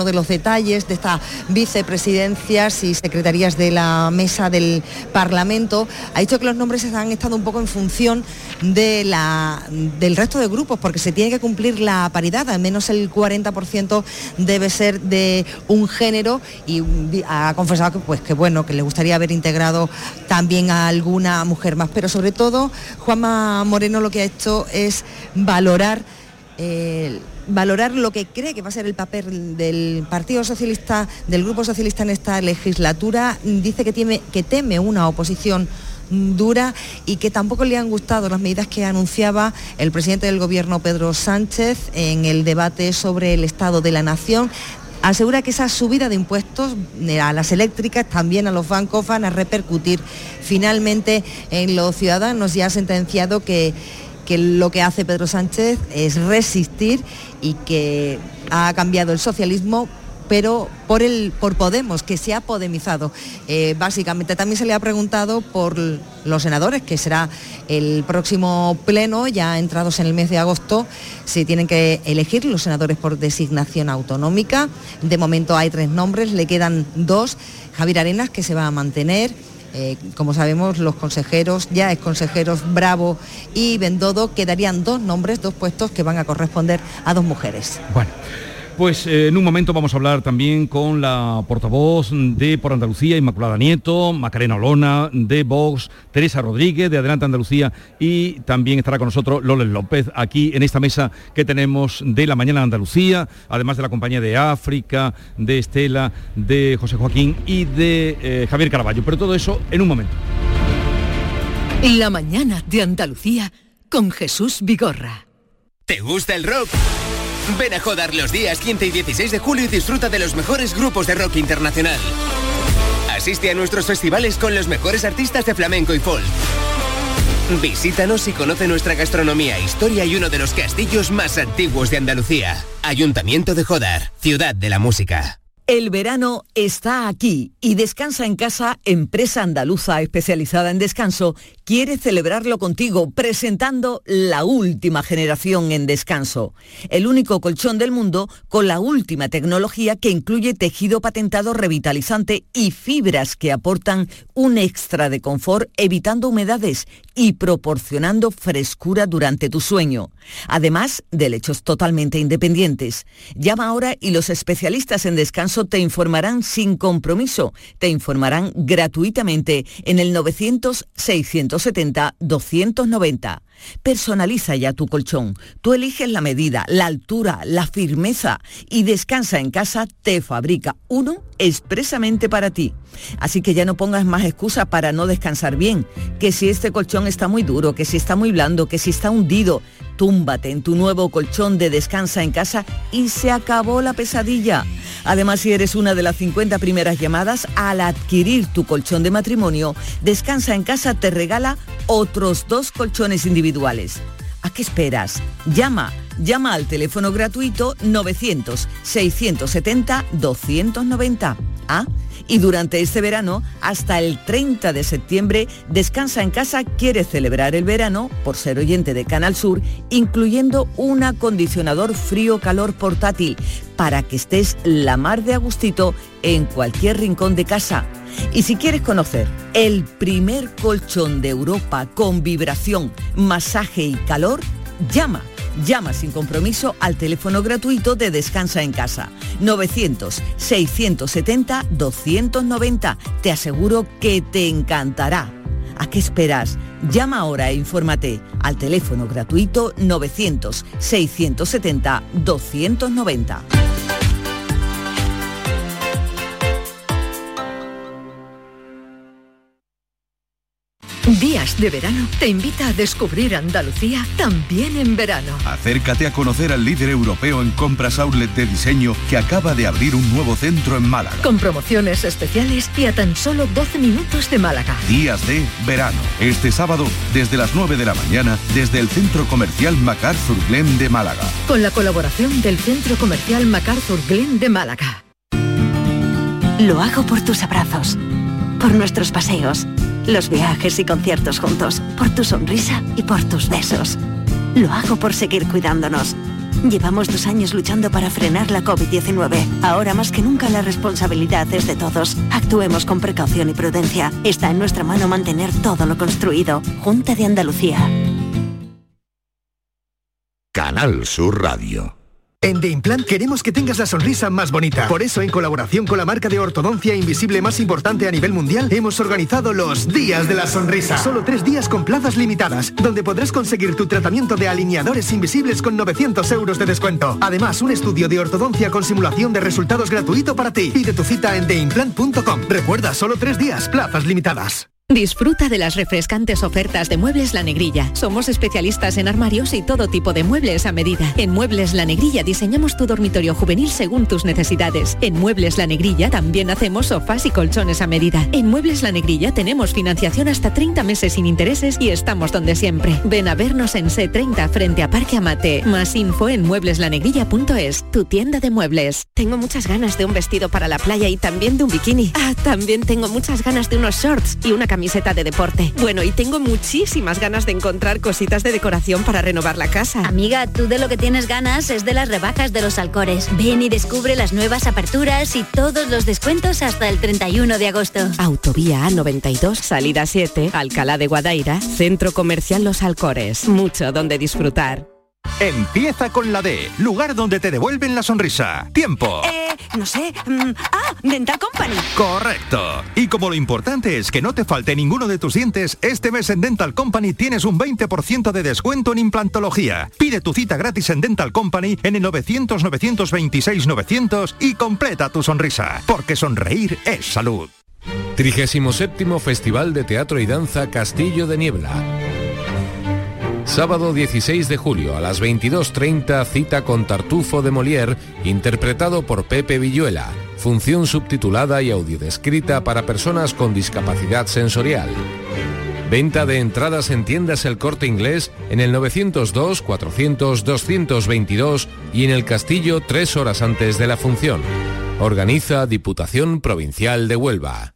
de los detalles de estas vicepresidencias y secretarías de la mesa del Parlamento. Ha dicho que los nombres han estado un poco en función del resto de grupos, porque se tiene que cumplir la paridad, al menos el 40% debe ser de un género, y ha confesado que le gustaría haber integrado también a alguna mujer más, pero sobre todo Juanma Moreno lo que ha hecho es valorar lo que cree que va a ser el papel del Partido Socialista, del Grupo Socialista en esta legislatura. Dice que teme una oposición dura y que tampoco le han gustado las medidas que anunciaba el presidente del Gobierno, Pedro Sánchez, en el debate sobre el Estado de la Nación. Asegura que esa subida de impuestos a las eléctricas, también a los bancos, van a repercutir finalmente en los ciudadanos, y ha sentenciado que lo que hace Pedro Sánchez es resistir y que ha cambiado el socialismo, pero por Podemos, que se ha podemizado. Básicamente también se le ha preguntado por los senadores, que será el próximo pleno, ya entrados en el mes de agosto, se tienen que elegir los senadores por designación autonómica. De momento hay 3 nombres, le quedan 2. Javier Arenas, que se va a mantener. Como sabemos, los consejeros, ya exconsejeros Bravo y Bendodo, quedarían 2 nombres, 2 puestos que van a corresponder a 2 mujeres. Bueno, pues en un momento vamos a hablar también con la portavoz de Por Andalucía, Inmaculada Nieto, Macarena Olona, de Vox, Teresa Rodríguez, de Adelante Andalucía, y también estará con nosotros Loles López, aquí en esta mesa que tenemos de la mañana de Andalucía, además de la compañía de África, de Estela, de José Joaquín y de Javier Caraballo. Pero todo eso en un momento. La mañana de Andalucía con Jesús Vigorra. ¿Te gusta el rock? Ven a Jodar los días 15 y 16 de julio y disfruta de los mejores grupos de rock internacional. Asiste a nuestros festivales con los mejores artistas de flamenco y folk. Visítanos y conoce nuestra gastronomía, historia y uno de los castillos más antiguos de Andalucía. Ayuntamiento de Jodar, ciudad de la música. El verano está aquí y Descansa en Casa, empresa andaluza especializada en descanso, quiere celebrarlo contigo presentando la última generación en descanso. El único colchón del mundo con la última tecnología que incluye tejido patentado revitalizante y fibras que aportan un extra de confort, evitando humedades y proporcionando frescura durante tu sueño. Además de lechos totalmente independientes. Llama ahora y los especialistas en descanso te informarán sin compromiso, te informarán gratuitamente en el 900-670-290. Personaliza ya tu colchón. Tú eliges la medida, la altura, la firmeza y Descansa en Casa te fabrica uno expresamente para ti. Así que ya no pongas más excusas para no descansar bien. Que si este colchón está muy duro, que si está muy blando, que si está hundido. Túmbate en tu nuevo colchón de Descansa en Casa y se acabó la pesadilla. Además, si eres una de las 50 primeras llamadas, al adquirir tu colchón de matrimonio, Descansa en Casa te regala otros 2 colchones individuales. ¿A qué esperas? Llama al teléfono gratuito 900-670-290. Y durante este verano, hasta el 30 de septiembre, Descansa en Casa quiere celebrar el verano, por ser oyente de Canal Sur, incluyendo un acondicionador frío-calor portátil, para que estés la mar de a gustito en cualquier rincón de casa. Y si quieres conocer el primer colchón de Europa con vibración, masaje y calor, llama sin compromiso al teléfono gratuito de Descansa en Casa, 900-670-290. Te aseguro que te encantará. ¿A qué esperas? Llama ahora e infórmate al teléfono gratuito 900-670-290. Días de Verano te invita a descubrir Andalucía también en verano. Acércate a conocer al líder europeo en compras outlet de diseño que acaba de abrir un nuevo centro en Málaga. Con promociones especiales y a tan solo 12 minutos de Málaga. Días de Verano. Este sábado, desde las 9 de la mañana, desde el Centro Comercial MacArthur Glen de Málaga. Con la colaboración del Centro Comercial MacArthur Glen de Málaga. Lo hago por tus abrazos, por nuestros paseos, los viajes y conciertos juntos, por tu sonrisa y por tus besos. Lo hago por seguir cuidándonos, Llevamos 2 años luchando para frenar la COVID-19. Ahora más que nunca la responsabilidad es de todos. Actuemos con precaución y prudencia. Está en nuestra mano mantener todo lo construido. Junta de Andalucía. Canal Sur Radio. En The Implant queremos que tengas la sonrisa más bonita. Por eso, en colaboración con la marca de ortodoncia invisible más importante a nivel mundial, hemos organizado los Días de la Sonrisa. Solo 3 días con plazas limitadas, donde podrás conseguir tu tratamiento de alineadores invisibles con 900 euros de descuento. Además, un estudio de ortodoncia con simulación de resultados gratuito para ti. Pide tu cita en theimplant.com. Recuerda, solo 3 días, plazas limitadas. Disfruta de las refrescantes ofertas de Muebles La Negrilla. Somos especialistas en armarios y todo tipo de muebles a medida. En Muebles La Negrilla diseñamos tu dormitorio juvenil según tus necesidades. En Muebles La Negrilla también hacemos sofás y colchones a medida. En Muebles La Negrilla tenemos financiación hasta 30 meses sin intereses y estamos donde siempre. Ven a vernos en C30 frente a Parque Amate. Más info en muebleslanegrilla.es, tu tienda de muebles. Tengo muchas ganas de un vestido para la playa y también de un bikini. También tengo muchas ganas de unos shorts y una camiseta de deporte. Bueno, y tengo muchísimas ganas de encontrar cositas de decoración para renovar la casa. Amiga, tú de lo que tienes ganas es de las rebajas de Los Alcores. Ven y descubre las nuevas aperturas y todos los descuentos hasta el 31 de agosto. Autovía A92, salida 7, Alcalá de Guadaira, Centro Comercial Los Alcores. Mucho donde disfrutar. Empieza con la D, lugar donde te devuelven la sonrisa. Tiempo. No sé. Dental Company. Correcto. Y como lo importante es que no te falte ninguno de tus dientes, este mes en Dental Company tienes un 20% de descuento en implantología. Pide tu cita gratis en Dental Company en el 900-926-900 y completa tu sonrisa. Porque sonreír es salud. 37º Festival de Teatro y Danza Castillo de Niebla. Sábado 16 de julio a las 22:30, cita con Tartufo de Molière, interpretado por Pepe Villuela. Función subtitulada y audiodescrita para personas con discapacidad sensorial. Venta de entradas en tiendas El Corte Inglés en el 902 400 222 y en el Castillo 3 horas antes de la función. Organiza Diputación Provincial de Huelva.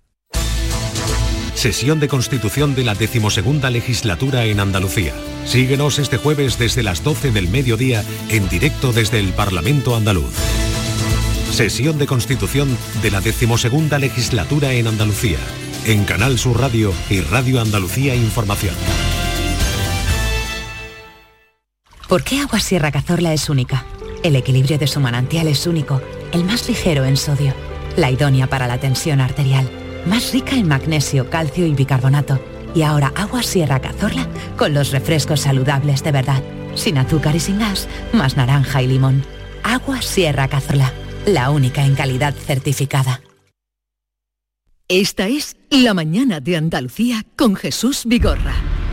Sesión de constitución de la 12ª legislatura en Andalucía. Síguenos este jueves desde las 12 del mediodía en directo desde el Parlamento andaluz. Sesión de constitución de la 12ª legislatura en Andalucía. En Canal Sur Radio y Radio Andalucía Información. ¿Por qué Agua Sierra Cazorla es única? El equilibrio de su manantial es único, el más ligero en sodio, la idónea para la tensión arterial, más rica en magnesio, calcio y bicarbonato. Y ahora Agua Sierra Cazorla con los refrescos saludables de verdad, sin azúcar y sin gas, más naranja y limón. Agua Sierra Cazorla, la única en calidad certificada. Esta es La Mañana de Andalucía con Jesús Vigorra.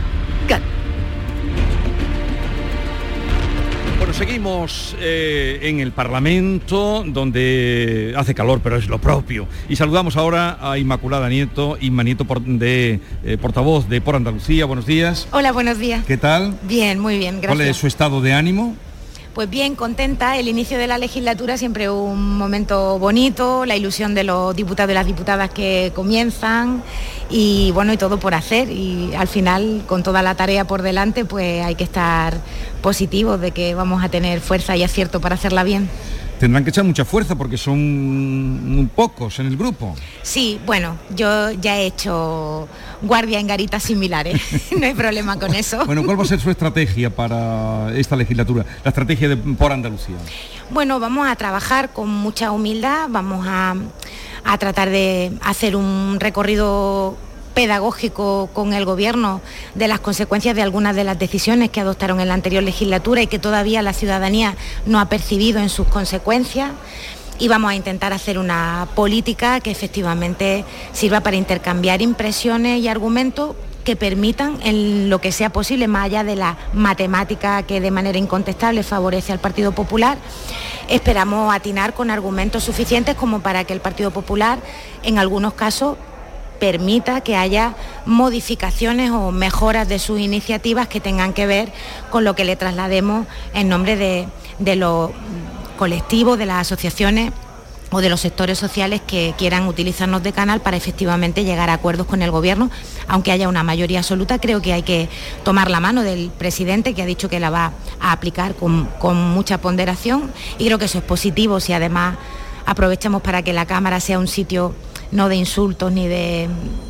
Bueno, seguimos en el Parlamento, donde hace calor, pero es lo propio. Y saludamos ahora a Inmaculada Nieto, Inma Nieto, portavoz de Por Andalucía. Buenos días. Hola, buenos días. ¿Qué tal? Bien, muy bien, gracias. ¿Cuál es su estado de ánimo? Pues bien, contenta. El inicio de la legislatura siempre un momento bonito, la ilusión de los diputados y las diputadas que comienzan y bueno, y todo por hacer. Y al final, con toda la tarea por delante, pues hay que estar positivos de que vamos a tener fuerza y acierto para hacerla bien. Tendrán que echar mucha fuerza porque son muy pocos en el grupo. Sí, bueno, yo ya he hecho guardia en garitas similares, no hay problema con eso. Bueno, ¿cuál va a ser su estrategia para esta legislatura, la estrategia de Por Andalucía? Bueno, vamos a trabajar con mucha humildad, vamos a tratar de hacer un recorrido pedagógico con el Gobierno de las consecuencias de algunas de las decisiones que adoptaron en la anterior legislatura y que todavía la ciudadanía no ha percibido en sus consecuencias, y vamos a intentar hacer una política que efectivamente sirva para intercambiar impresiones y argumentos que permitan, en lo que sea posible, más allá de la matemática que de manera incontestable favorece al Partido Popular, esperamos atinar con argumentos suficientes como para que el Partido Popular, en algunos casos, permita que haya modificaciones o mejoras de sus iniciativas que tengan que ver con lo que le traslademos en nombre de los colectivos, de las asociaciones o de los sectores sociales que quieran utilizarnos de canal para efectivamente llegar a acuerdos con el Gobierno. Aunque haya una mayoría absoluta, creo que hay que tomar la mano del presidente, que ha dicho que la va a aplicar con mucha ponderación, y creo que eso es positivo si además aprovechamos para que la Cámara sea un sitio no de insultos ni de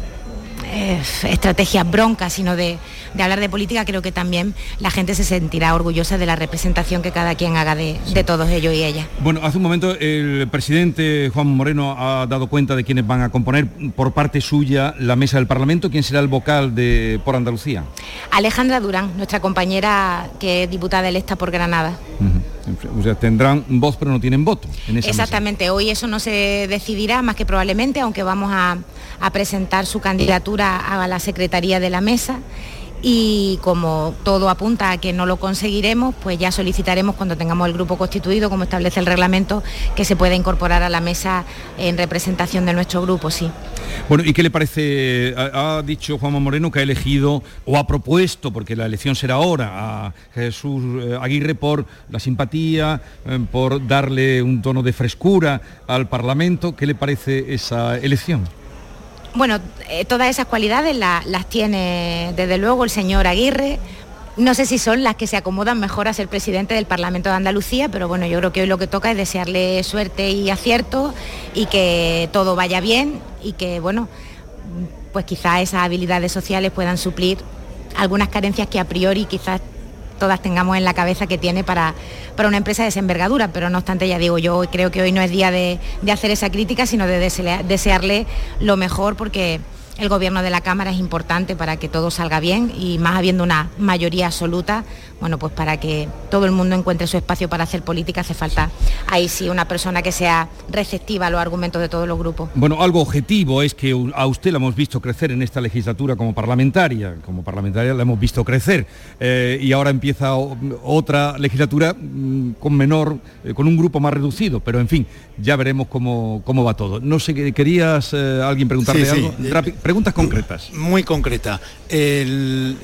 estrategias broncas, sino de hablar de política. Creo que también la gente se sentirá orgullosa de la representación que cada quien haga de todos ellos y ellas. Bueno, hace un momento el presidente Juan Moreno ha dado cuenta de quienes van a componer por parte suya la mesa del Parlamento. ¿Quién será el vocal de Por Andalucía? Alejandra Durán, nuestra compañera que es diputada electa por Granada. O sea, tendrán voz pero no tienen voto en esa Exactamente, mesa. Hoy eso no se decidirá más que probablemente, aunque vamos a presentar su candidatura a la secretaría de la mesa, y como todo apunta a que no lo conseguiremos, pues ya solicitaremos, cuando tengamos el grupo constituido, como establece el reglamento, que se pueda incorporar a la mesa en representación de nuestro grupo, sí. Bueno, ¿y qué le parece? Ha dicho Juanma Moreno que ha elegido, o ha propuesto, porque la elección será ahora, a Jesús Aguirre por la simpatía, por darle un tono de frescura al Parlamento. ¿Qué le parece esa elección? Bueno, todas esas cualidades las tiene desde luego el señor Aguirre. No sé si son las que se acomodan mejor a ser presidente del Parlamento de Andalucía, pero bueno, yo creo que hoy lo que toca es desearle suerte y acierto, y que todo vaya bien, y que, bueno, pues quizás esas habilidades sociales puedan suplir algunas carencias que a priori quizás todas tengamos en la cabeza que tiene para una empresa de esa envergadura. Pero no obstante, ya digo, yo creo que hoy no es día de hacer esa crítica, sino de desearle lo mejor, porque el Gobierno de la Cámara es importante para que todo salga bien, y más habiendo una mayoría absoluta, bueno, pues para que todo el mundo encuentre su espacio para hacer política hace falta ahí sí una persona que sea receptiva a los argumentos de todos los grupos. Bueno, algo objetivo es que a usted la hemos visto crecer en esta legislatura como parlamentaria la hemos visto crecer, y ahora empieza otra legislatura con un grupo más reducido, pero en fin, ya veremos cómo va todo. No sé, ¿querías alguien preguntarle algo? Preguntas concretas. Muy concreta. En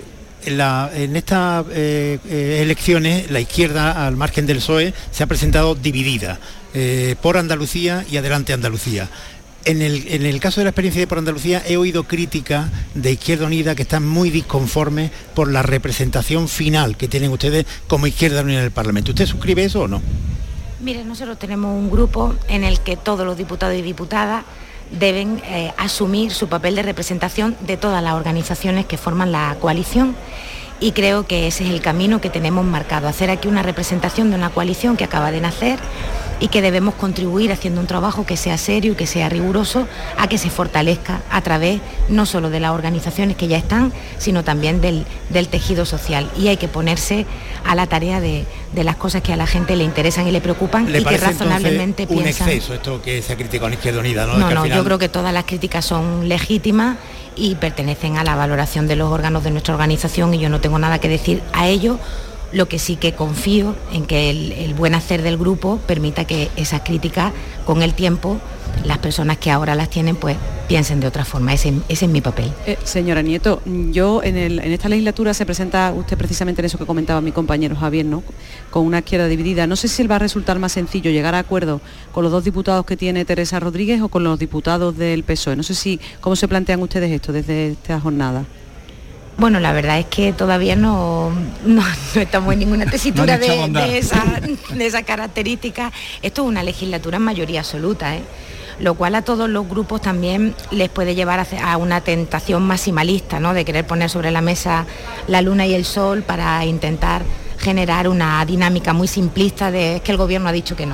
estas elecciones la izquierda, al margen del PSOE, se ha presentado dividida, por Andalucía y Adelante Andalucía. En el caso de la experiencia de Por Andalucía he oído críticas de Izquierda Unida que están muy disconformes por la representación final que tienen ustedes como Izquierda Unida en el Parlamento. ¿Usted suscribe eso o no? Mire, nosotros tenemos un grupo en el que todos los diputados y diputadas deben asumir su papel de representación de todas las organizaciones que forman la coalición, y creo que ese es el camino que tenemos marcado, hacer aquí una representación de una coalición que acaba de nacer y que debemos contribuir haciendo un trabajo que sea serio y que sea riguroso a que se fortalezca a través no solo de las organizaciones que ya están, sino también del tejido social. Y hay que ponerse a la tarea de las cosas que a la gente le interesan y le preocupan y que razonablemente piensan. ¿Un exceso esto que se ha criticado en Izquierda Unida? No, yo creo que todas las críticas son legítimas y pertenecen a la valoración de los órganos de nuestra organización, y yo no tengo nada que decir a ello. Lo que sí que confío en que el buen hacer del grupo permita que esas críticas, con el tiempo, las personas que ahora las tienen, pues piensen de otra forma. Ese es mi papel. Señora Nieto, yo en esta legislatura se presenta usted precisamente en eso que comentaba mi compañero Javier, ¿no? Con una izquierda dividida. No sé si va a resultar más sencillo llegar a acuerdo con los dos diputados que tiene Teresa Rodríguez o con los diputados del PSOE. No sé cómo se plantean ustedes esto desde esta jornada. Bueno, la verdad es que todavía no estamos en ninguna tesitura de esa característica. Esto es una legislatura en mayoría absoluta, lo cual a todos los grupos también les puede llevar a una tentación maximalista, ¿no? De querer poner sobre la mesa la luna y el sol para intentar generar una dinámica muy simplista de es que el Gobierno ha dicho que no.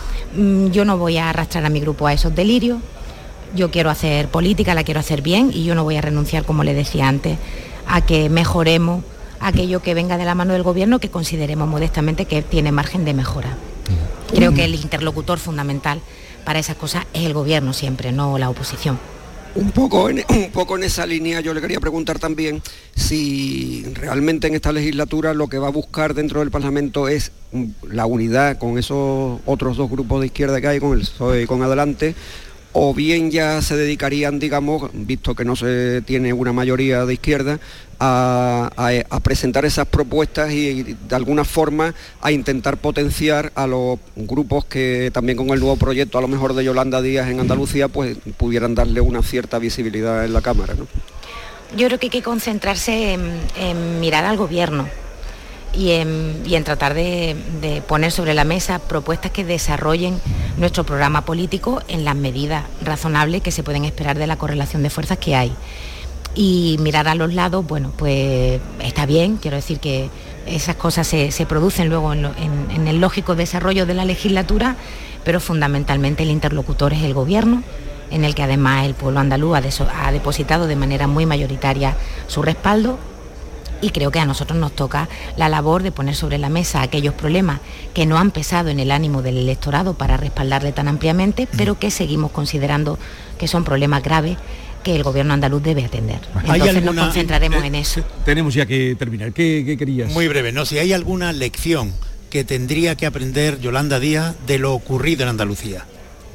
Yo no voy a arrastrar a mi grupo a esos delirios. Yo quiero hacer política, la quiero hacer bien, y yo no voy a renunciar, como le decía antes, a que mejoremos aquello que venga de la mano del Gobierno, que consideremos modestamente que tiene margen de mejora. Creo que el interlocutor fundamental para esas cosas es el Gobierno siempre, no la oposición. Un poco en esa línea yo le quería preguntar también si realmente en esta legislatura lo que va a buscar dentro del Parlamento es la unidad con esos otros dos grupos de izquierda que hay, con el PSOE y con Adelante, o bien ya se dedicarían, digamos, visto que no se tiene una mayoría de izquierda, a presentar esas propuestas y de alguna forma a intentar potenciar a los grupos que también con el nuevo proyecto, a lo mejor de Yolanda Díaz en Andalucía, pues pudieran darle una cierta visibilidad en la Cámara, ¿no? Yo creo que hay que concentrarse en mirar al gobierno y en tratar de poner sobre la mesa propuestas que desarrollen nuestro programa político en las medidas razonables que se pueden esperar de la correlación de fuerzas que hay. Y mirar a los lados, bueno, pues está bien, quiero decir que esas cosas se producen luego en el lógico desarrollo de la legislatura, pero fundamentalmente el interlocutor es el gobierno, en el que además el pueblo andaluz ha depositado de manera muy mayoritaria su respaldo, y creo que a nosotros nos toca la labor de poner sobre la mesa aquellos problemas que no han pesado en el ánimo del electorado para respaldarle tan ampliamente, pero que seguimos considerando que son problemas graves que el gobierno andaluz debe atender. Entonces nos concentraremos en eso. Tenemos ya que terminar. ¿Qué querías? Muy breve, ¿no? Si hay alguna lección que tendría que aprender Yolanda Díaz de lo ocurrido en Andalucía.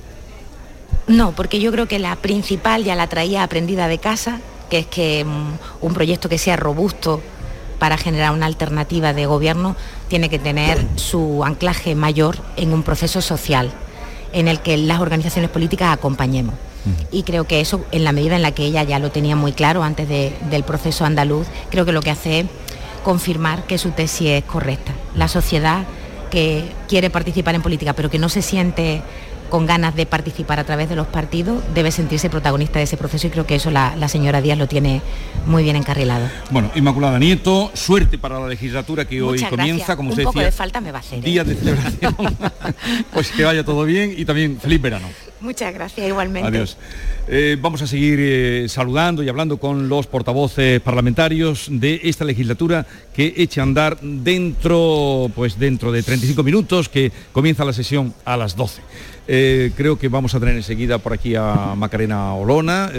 No, porque yo creo que la principal ya la traía aprendida de casa, que es que un proyecto que sea robusto para generar una alternativa de gobierno tiene que tener su anclaje mayor en un proceso social en el que las organizaciones políticas acompañemos. Y creo que eso, en la medida en la que ella ya lo tenía muy claro antes del proceso andaluz, creo que lo que hace es confirmar que su tesis es correcta. La sociedad que quiere participar en política pero que no se siente con ganas de participar a través de los partidos, debe sentirse protagonista de ese proceso, y creo que eso la señora Díaz lo tiene muy bien encarrilado. Bueno, Inmaculada Nieto, suerte para la legislatura que hoy comienza, como usted decía. Un poco de falta me va a hacer. Día de celebración. Pues que vaya todo bien y también feliz verano. Muchas gracias, igualmente. Adiós. Vamos a seguir saludando y hablando con los portavoces parlamentarios de esta legislatura que echa a andar dentro de 35 minutos, que comienza la sesión a las 12. Creo que vamos a tener enseguida por aquí a Macarena Olona.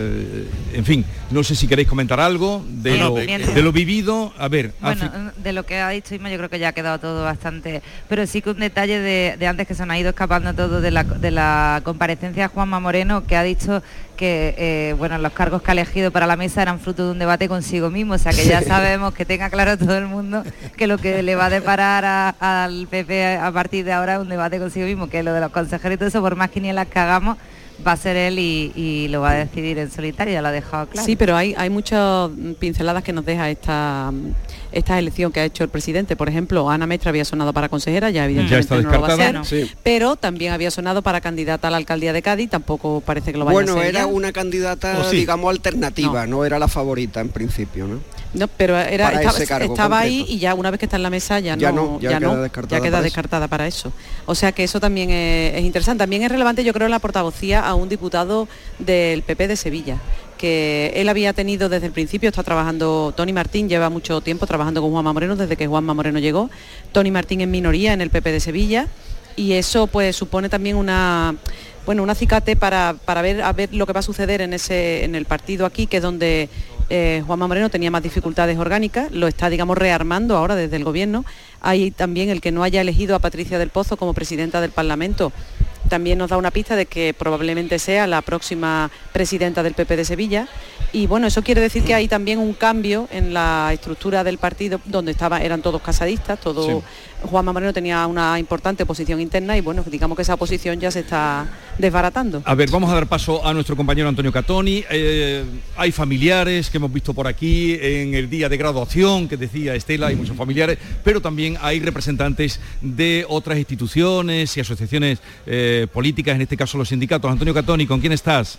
En fin, no sé si queréis comentar algo de lo vivido. A ver, bueno, de lo que ha dicho Inma, yo creo que ya ha quedado todo bastante, pero sí que un detalle de antes, que se nos ha ido escapando todo de la comparecencia de Juanma Moreno, que ha dicho que los cargos que ha elegido para la mesa eran fruto de un debate consigo mismo, o sea que ya sabemos, que tenga claro todo el mundo que lo que le va a deparar al PP a partir de ahora es un debate consigo mismo, que lo de los consejeros y todo eso, por más quinielas que hagamos, va a ser él y lo va a decidir en solitario, ya lo ha dejado claro. Sí, pero hay muchas pinceladas que nos deja esta elección que ha hecho el presidente. Por ejemplo, Ana Mestre había sonado para consejera, ya evidentemente no lo va a hacer, sí. Pero también había sonado para candidata a la alcaldía de Cádiz, tampoco parece que lo vaya a hacer. Bueno, era ya una candidata, digamos, alternativa, no era la favorita en principio, ¿no? No, pero estaba ahí, y ya una vez que está en la mesa ya queda descartada para eso. O sea que eso también es interesante. También es relevante, yo creo, la portavocía a un diputado del PP de Sevilla, que él había tenido desde el principio, está trabajando, Tony Martín lleva mucho tiempo trabajando con Juanma Moreno, desde que Juanma Moreno llegó. Tony Martín en minoría en el PP de Sevilla, y eso pues supone también un acicate para ver lo que va a suceder en el partido aquí, que es donde Juanma Moreno tenía más dificultades orgánicas, lo está, digamos, rearmando ahora desde el gobierno. Hay también el que no haya elegido a Patricia del Pozo como presidenta del Parlamento, también nos da una pista de que probablemente sea la próxima presidenta del PP de Sevilla. Y bueno, eso quiere decir que hay también un cambio en la estructura del partido, donde eran todos casadistas, sí. Juanma Moreno tenía una importante oposición interna, y bueno, digamos que esa oposición ya se está desbaratando. A ver, vamos a dar paso a nuestro compañero Antonio Catoni. Hay familiares que hemos visto por aquí en el día de graduación, que decía Estela, hay muchos familiares, pero también hay representantes de otras instituciones y asociaciones políticas, en este caso los sindicatos. Antonio Catoni, ¿con quién estás?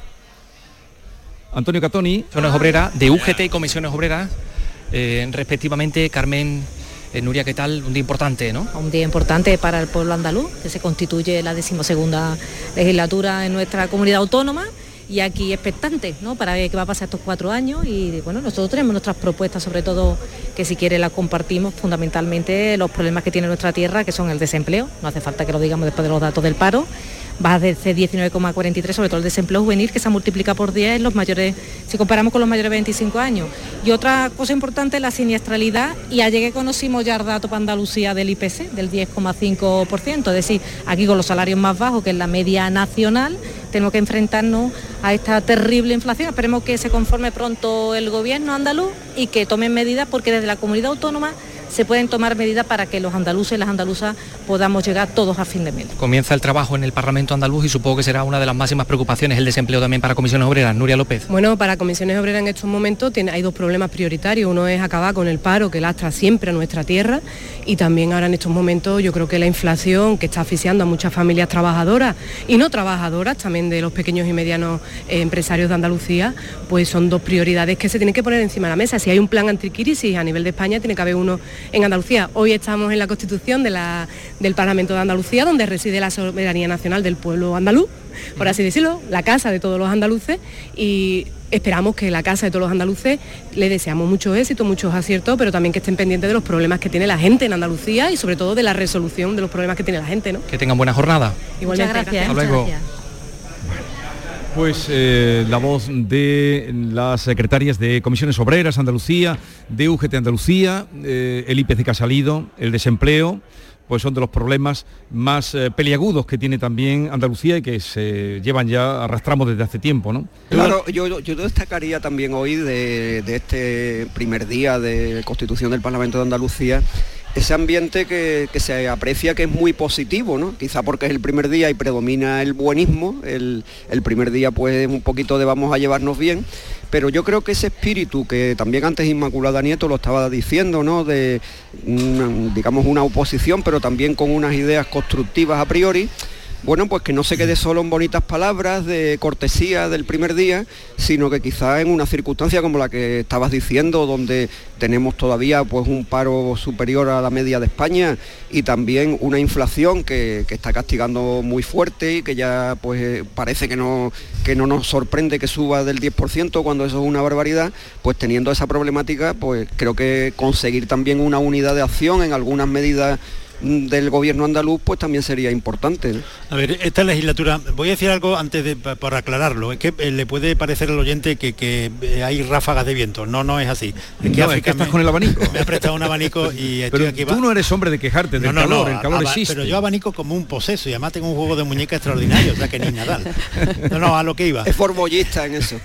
Antonio Catoni. Comisiones obreras, de UGT y comisiones obreras, respectivamente. Carmen, Nuria, ¿qué tal? Un día importante, ¿no? Un día importante para el pueblo andaluz, que se constituye la 12ª legislatura en nuestra comunidad autónoma, y aquí expectantes, ¿no?, para ver qué va a pasar estos 4 años. Y bueno, nosotros tenemos nuestras propuestas, sobre todo, que si quiere las compartimos, fundamentalmente los problemas que tiene nuestra tierra, que son el desempleo. No hace falta que lo digamos después de los datos del paro. Va desde 19,43, sobre todo el desempleo juvenil, que se multiplica por 10 en los mayores, si comparamos con los mayores de 25 años. Y otra cosa importante es la siniestralidad, y ayer que conocimos ya el dato para Andalucía del IPC, del 10,5%, es decir, aquí con los salarios más bajos, que es la media nacional, tenemos que enfrentarnos a esta terrible inflación. Esperemos que se conforme pronto el gobierno andaluz y que tomen medidas, porque desde la comunidad autónoma se pueden tomar medidas para que los andaluces y las andaluzas podamos llegar todos a fin de mes. Comienza el trabajo en el Parlamento andaluz y supongo que será una de las máximas preocupaciones el desempleo también para Comisiones Obreras. Nuria López. Bueno, para Comisiones Obreras en estos momentos hay dos problemas prioritarios. Uno es acabar con el paro que lastra siempre a nuestra tierra, y también ahora en estos momentos yo creo que la inflación, que está asfixiando a muchas familias trabajadoras y no trabajadoras, también de los pequeños y medianos empresarios de Andalucía, pues son dos prioridades que se tienen que poner encima de la mesa. Si hay un plan anticrisis a nivel de España, tiene que haber uno en Andalucía. Hoy estamos en la Constitución del Parlamento de Andalucía, donde reside la soberanía nacional del pueblo andaluz, por así decirlo, la casa de todos los andaluces, y esperamos que la casa de todos los andaluces le deseamos mucho éxito, muchos aciertos, pero también que estén pendientes de los problemas que tiene la gente en Andalucía y sobre todo de la resolución de los problemas que tiene la gente, ¿no? Que tengan buena jornada. Igualmente. Muchas gracias. Hasta luego. Pues la voz de las secretarias de Comisiones Obreras Andalucía, de UGT Andalucía, el IPC que ha salido, el desempleo, pues son de los problemas más peliagudos que tiene también Andalucía y que se llevan ya, arrastramos desde hace tiempo, ¿no? Claro, yo destacaría también hoy de este primer día de constitución del Parlamento de Andalucía ese ambiente que se aprecia, que es muy positivo, ¿no? Quizá porque es el primer día y predomina el buenismo, el primer día pues un poquito de vamos a llevarnos bien, pero yo creo que ese espíritu que también antes Inmaculada Nieto lo estaba diciendo, ¿no? De digamos una oposición, pero también con unas ideas constructivas a priori. Bueno, pues que no se quede solo en bonitas palabras de cortesía del primer día, sino que quizá en una circunstancia como la que estabas diciendo, donde tenemos todavía pues un paro superior a la media de España y también una inflación que está castigando muy fuerte y que ya pues parece que no nos sorprende que suba del 10% cuando eso es una barbaridad, pues teniendo esa problemática, pues creo que conseguir también una unidad de acción en algunas medidas del gobierno andaluz pues también sería importante, ¿no? A ver, esta legislatura, voy a decir algo antes para aclararlo, es que le puede parecer al oyente que hay ráfagas de viento, no es así. Es que África estás con el abanico. Me ha prestado un abanico y estoy pero aquí. Tú no eres hombre de quejarte del calor, el calor existe. Pero yo abanico como un poseso y además tengo un juego de muñeca extraordinario, o sea que ni Nadal. No, a lo que iba. Es formollista en eso.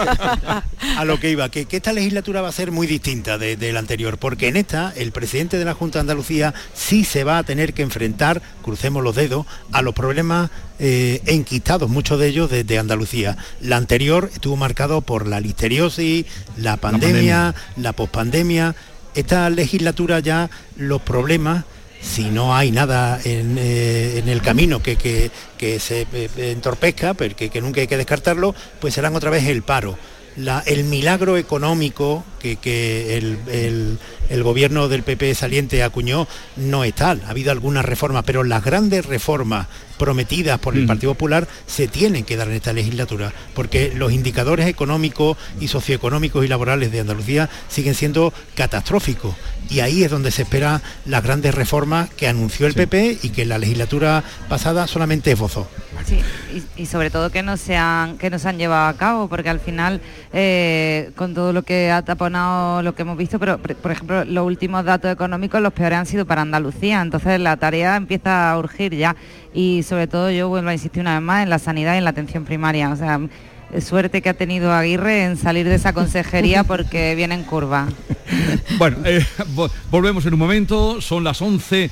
A lo que iba, que esta legislatura va a ser muy distinta de la anterior, porque en esta el presidente de la Junta de Andalucía sí se va a tener que enfrentar, crucemos los dedos, a los problemas enquistados, muchos de ellos desde Andalucía. La anterior estuvo marcado por la listeriosis, la pandemia, la pospandemia. Esta legislatura ya los problemas, si no hay nada en el camino que se entorpezca, pero que nunca hay que descartarlo, pues serán otra vez el paro. El milagro económico que el gobierno del PP saliente acuñó no es tal. Ha habido algunas reformas, pero las grandes reformas prometidas por el Partido Popular se tienen que dar en esta legislatura, porque los indicadores económicos y socioeconómicos y laborales de Andalucía siguen siendo catastróficos. Y ahí es donde se esperan las grandes reformas que anunció el PP y que en la legislatura pasada solamente esbozó. Sí, y sobre todo que no se han llevado a cabo, porque al final con todo lo que ha taponado lo que hemos visto, pero por ejemplo los últimos datos económicos los peores han sido para Andalucía, entonces la tarea empieza a urgir ya, y sobre todo yo vuelvo a insistir una vez más en la sanidad y en la atención primaria, o sea, suerte que ha tenido Aguirre en salir de esa consejería porque viene en curva. Bueno, volvemos en un momento, son las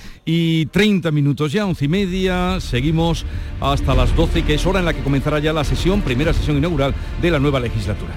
11:30 ya, 11:30, seguimos hasta las 12, que es hora en la que comenzará ya la primera sesión inaugural de la nueva legislatura.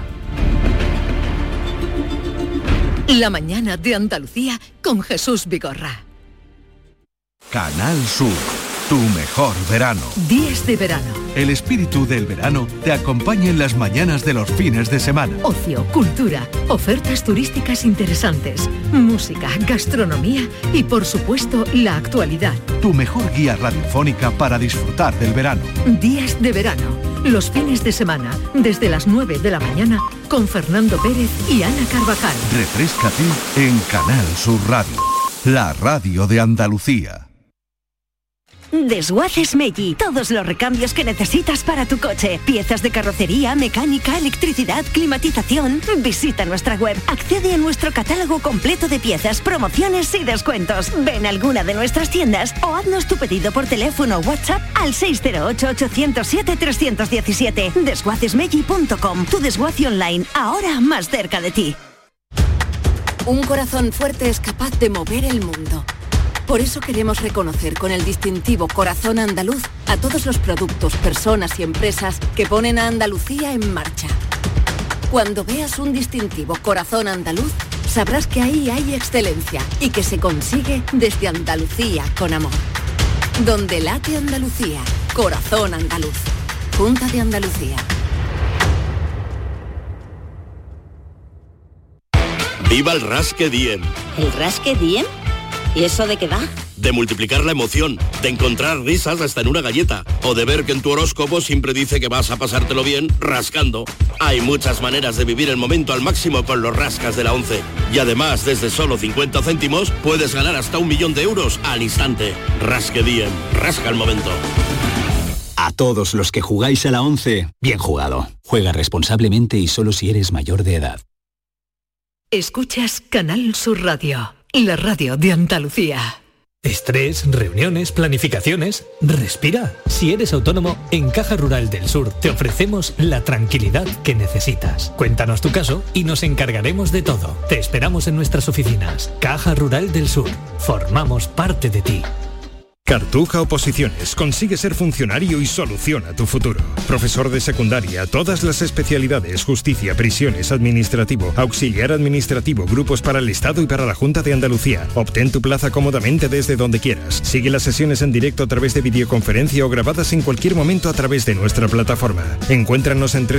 La mañana de Andalucía con Jesús Vigorra. Canal Sur, tu mejor verano. Días de verano. El espíritu del verano te acompaña en las mañanas de los fines de semana. Ocio, cultura, ofertas turísticas interesantes, música, gastronomía y por supuesto la actualidad. Tu mejor guía radiofónica para disfrutar del verano. Días de verano, los fines de semana, desde las 9 de la mañana, con Fernando Pérez y Ana Carvajal. Refréscate en Canal Sur Radio, la radio de Andalucía. Desguaces Meggi. Todos los recambios que necesitas para tu coche. Piezas de carrocería, mecánica, electricidad, climatización. Visita nuestra web. Accede a nuestro catálogo completo de piezas, promociones y descuentos. Ven a alguna de nuestras tiendas o haznos tu pedido por teléfono o WhatsApp al 608-807-317. Desguacesmeggi.com. Tu desguace online, ahora más cerca de ti. Un corazón fuerte es capaz de mover el mundo. Por eso queremos reconocer con el distintivo Corazón Andaluz a todos los productos, personas y empresas que ponen a Andalucía en marcha. Cuando veas un distintivo Corazón Andaluz, sabrás que ahí hay excelencia y que se consigue desde Andalucía con amor. Donde late Andalucía, Corazón Andaluz. Junta de Andalucía. ¡Viva el Rasque Diem! ¿El Rasque Diem? ¿Y eso de qué va? De multiplicar la emoción, de encontrar risas hasta en una galleta, o de ver que en tu horóscopo siempre dice que vas a pasártelo bien rascando. Hay muchas maneras de vivir el momento al máximo con los rascas de la 11. Y además, desde solo 50 céntimos, puedes ganar hasta 1 millón de euros al instante. Rasque Diem, rasca el momento. A todos los que jugáis a la 11, bien jugado. Juega responsablemente y solo si eres mayor de edad. Escuchas Canal Sur Radio, la radio de Andalucía. Estrés, reuniones, planificaciones. Respira. Si eres autónomo, en Caja Rural del Sur te ofrecemos la tranquilidad que necesitas. Cuéntanos tu caso y nos encargaremos de todo. Te esperamos en nuestras oficinas. Caja Rural del Sur. Formamos parte de ti. Cartuja Oposiciones. Consigue ser funcionario y soluciona tu futuro. Profesor de secundaria, todas las especialidades, justicia, prisiones, administrativo, auxiliar administrativo, grupos para el Estado y para la Junta de Andalucía. Obtén tu plaza cómodamente desde donde quieras. Sigue las sesiones en directo a través de videoconferencia o grabadas en cualquier momento a través de nuestra plataforma. Encuéntranos en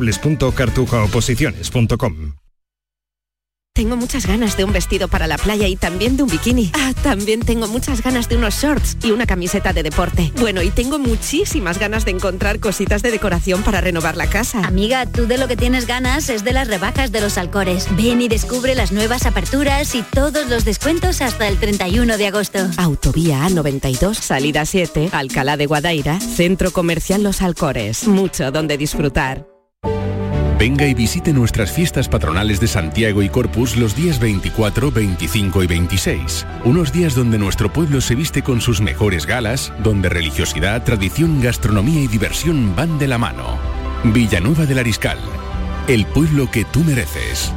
www.cartujaoposiciones.com. Tengo muchas ganas de un vestido para la playa y también de un bikini. También tengo muchas ganas de unos shorts y una camiseta de deporte. Bueno, y tengo muchísimas ganas de encontrar cositas de decoración para renovar la casa. Amiga, tú de lo que tienes ganas es de las rebajas de Los Alcores. Ven y descubre las nuevas aperturas y todos los descuentos hasta el 31 de agosto. Autovía A92, salida 7, Alcalá de Guadaira, Centro Comercial Los Alcores. Mucho donde disfrutar. Venga y visite nuestras fiestas patronales de Santiago y Corpus los días 24, 25 y 26. Unos días donde nuestro pueblo se viste con sus mejores galas, donde religiosidad, tradición, gastronomía y diversión van de la mano. Villanueva del Ariscal, el pueblo que tú mereces.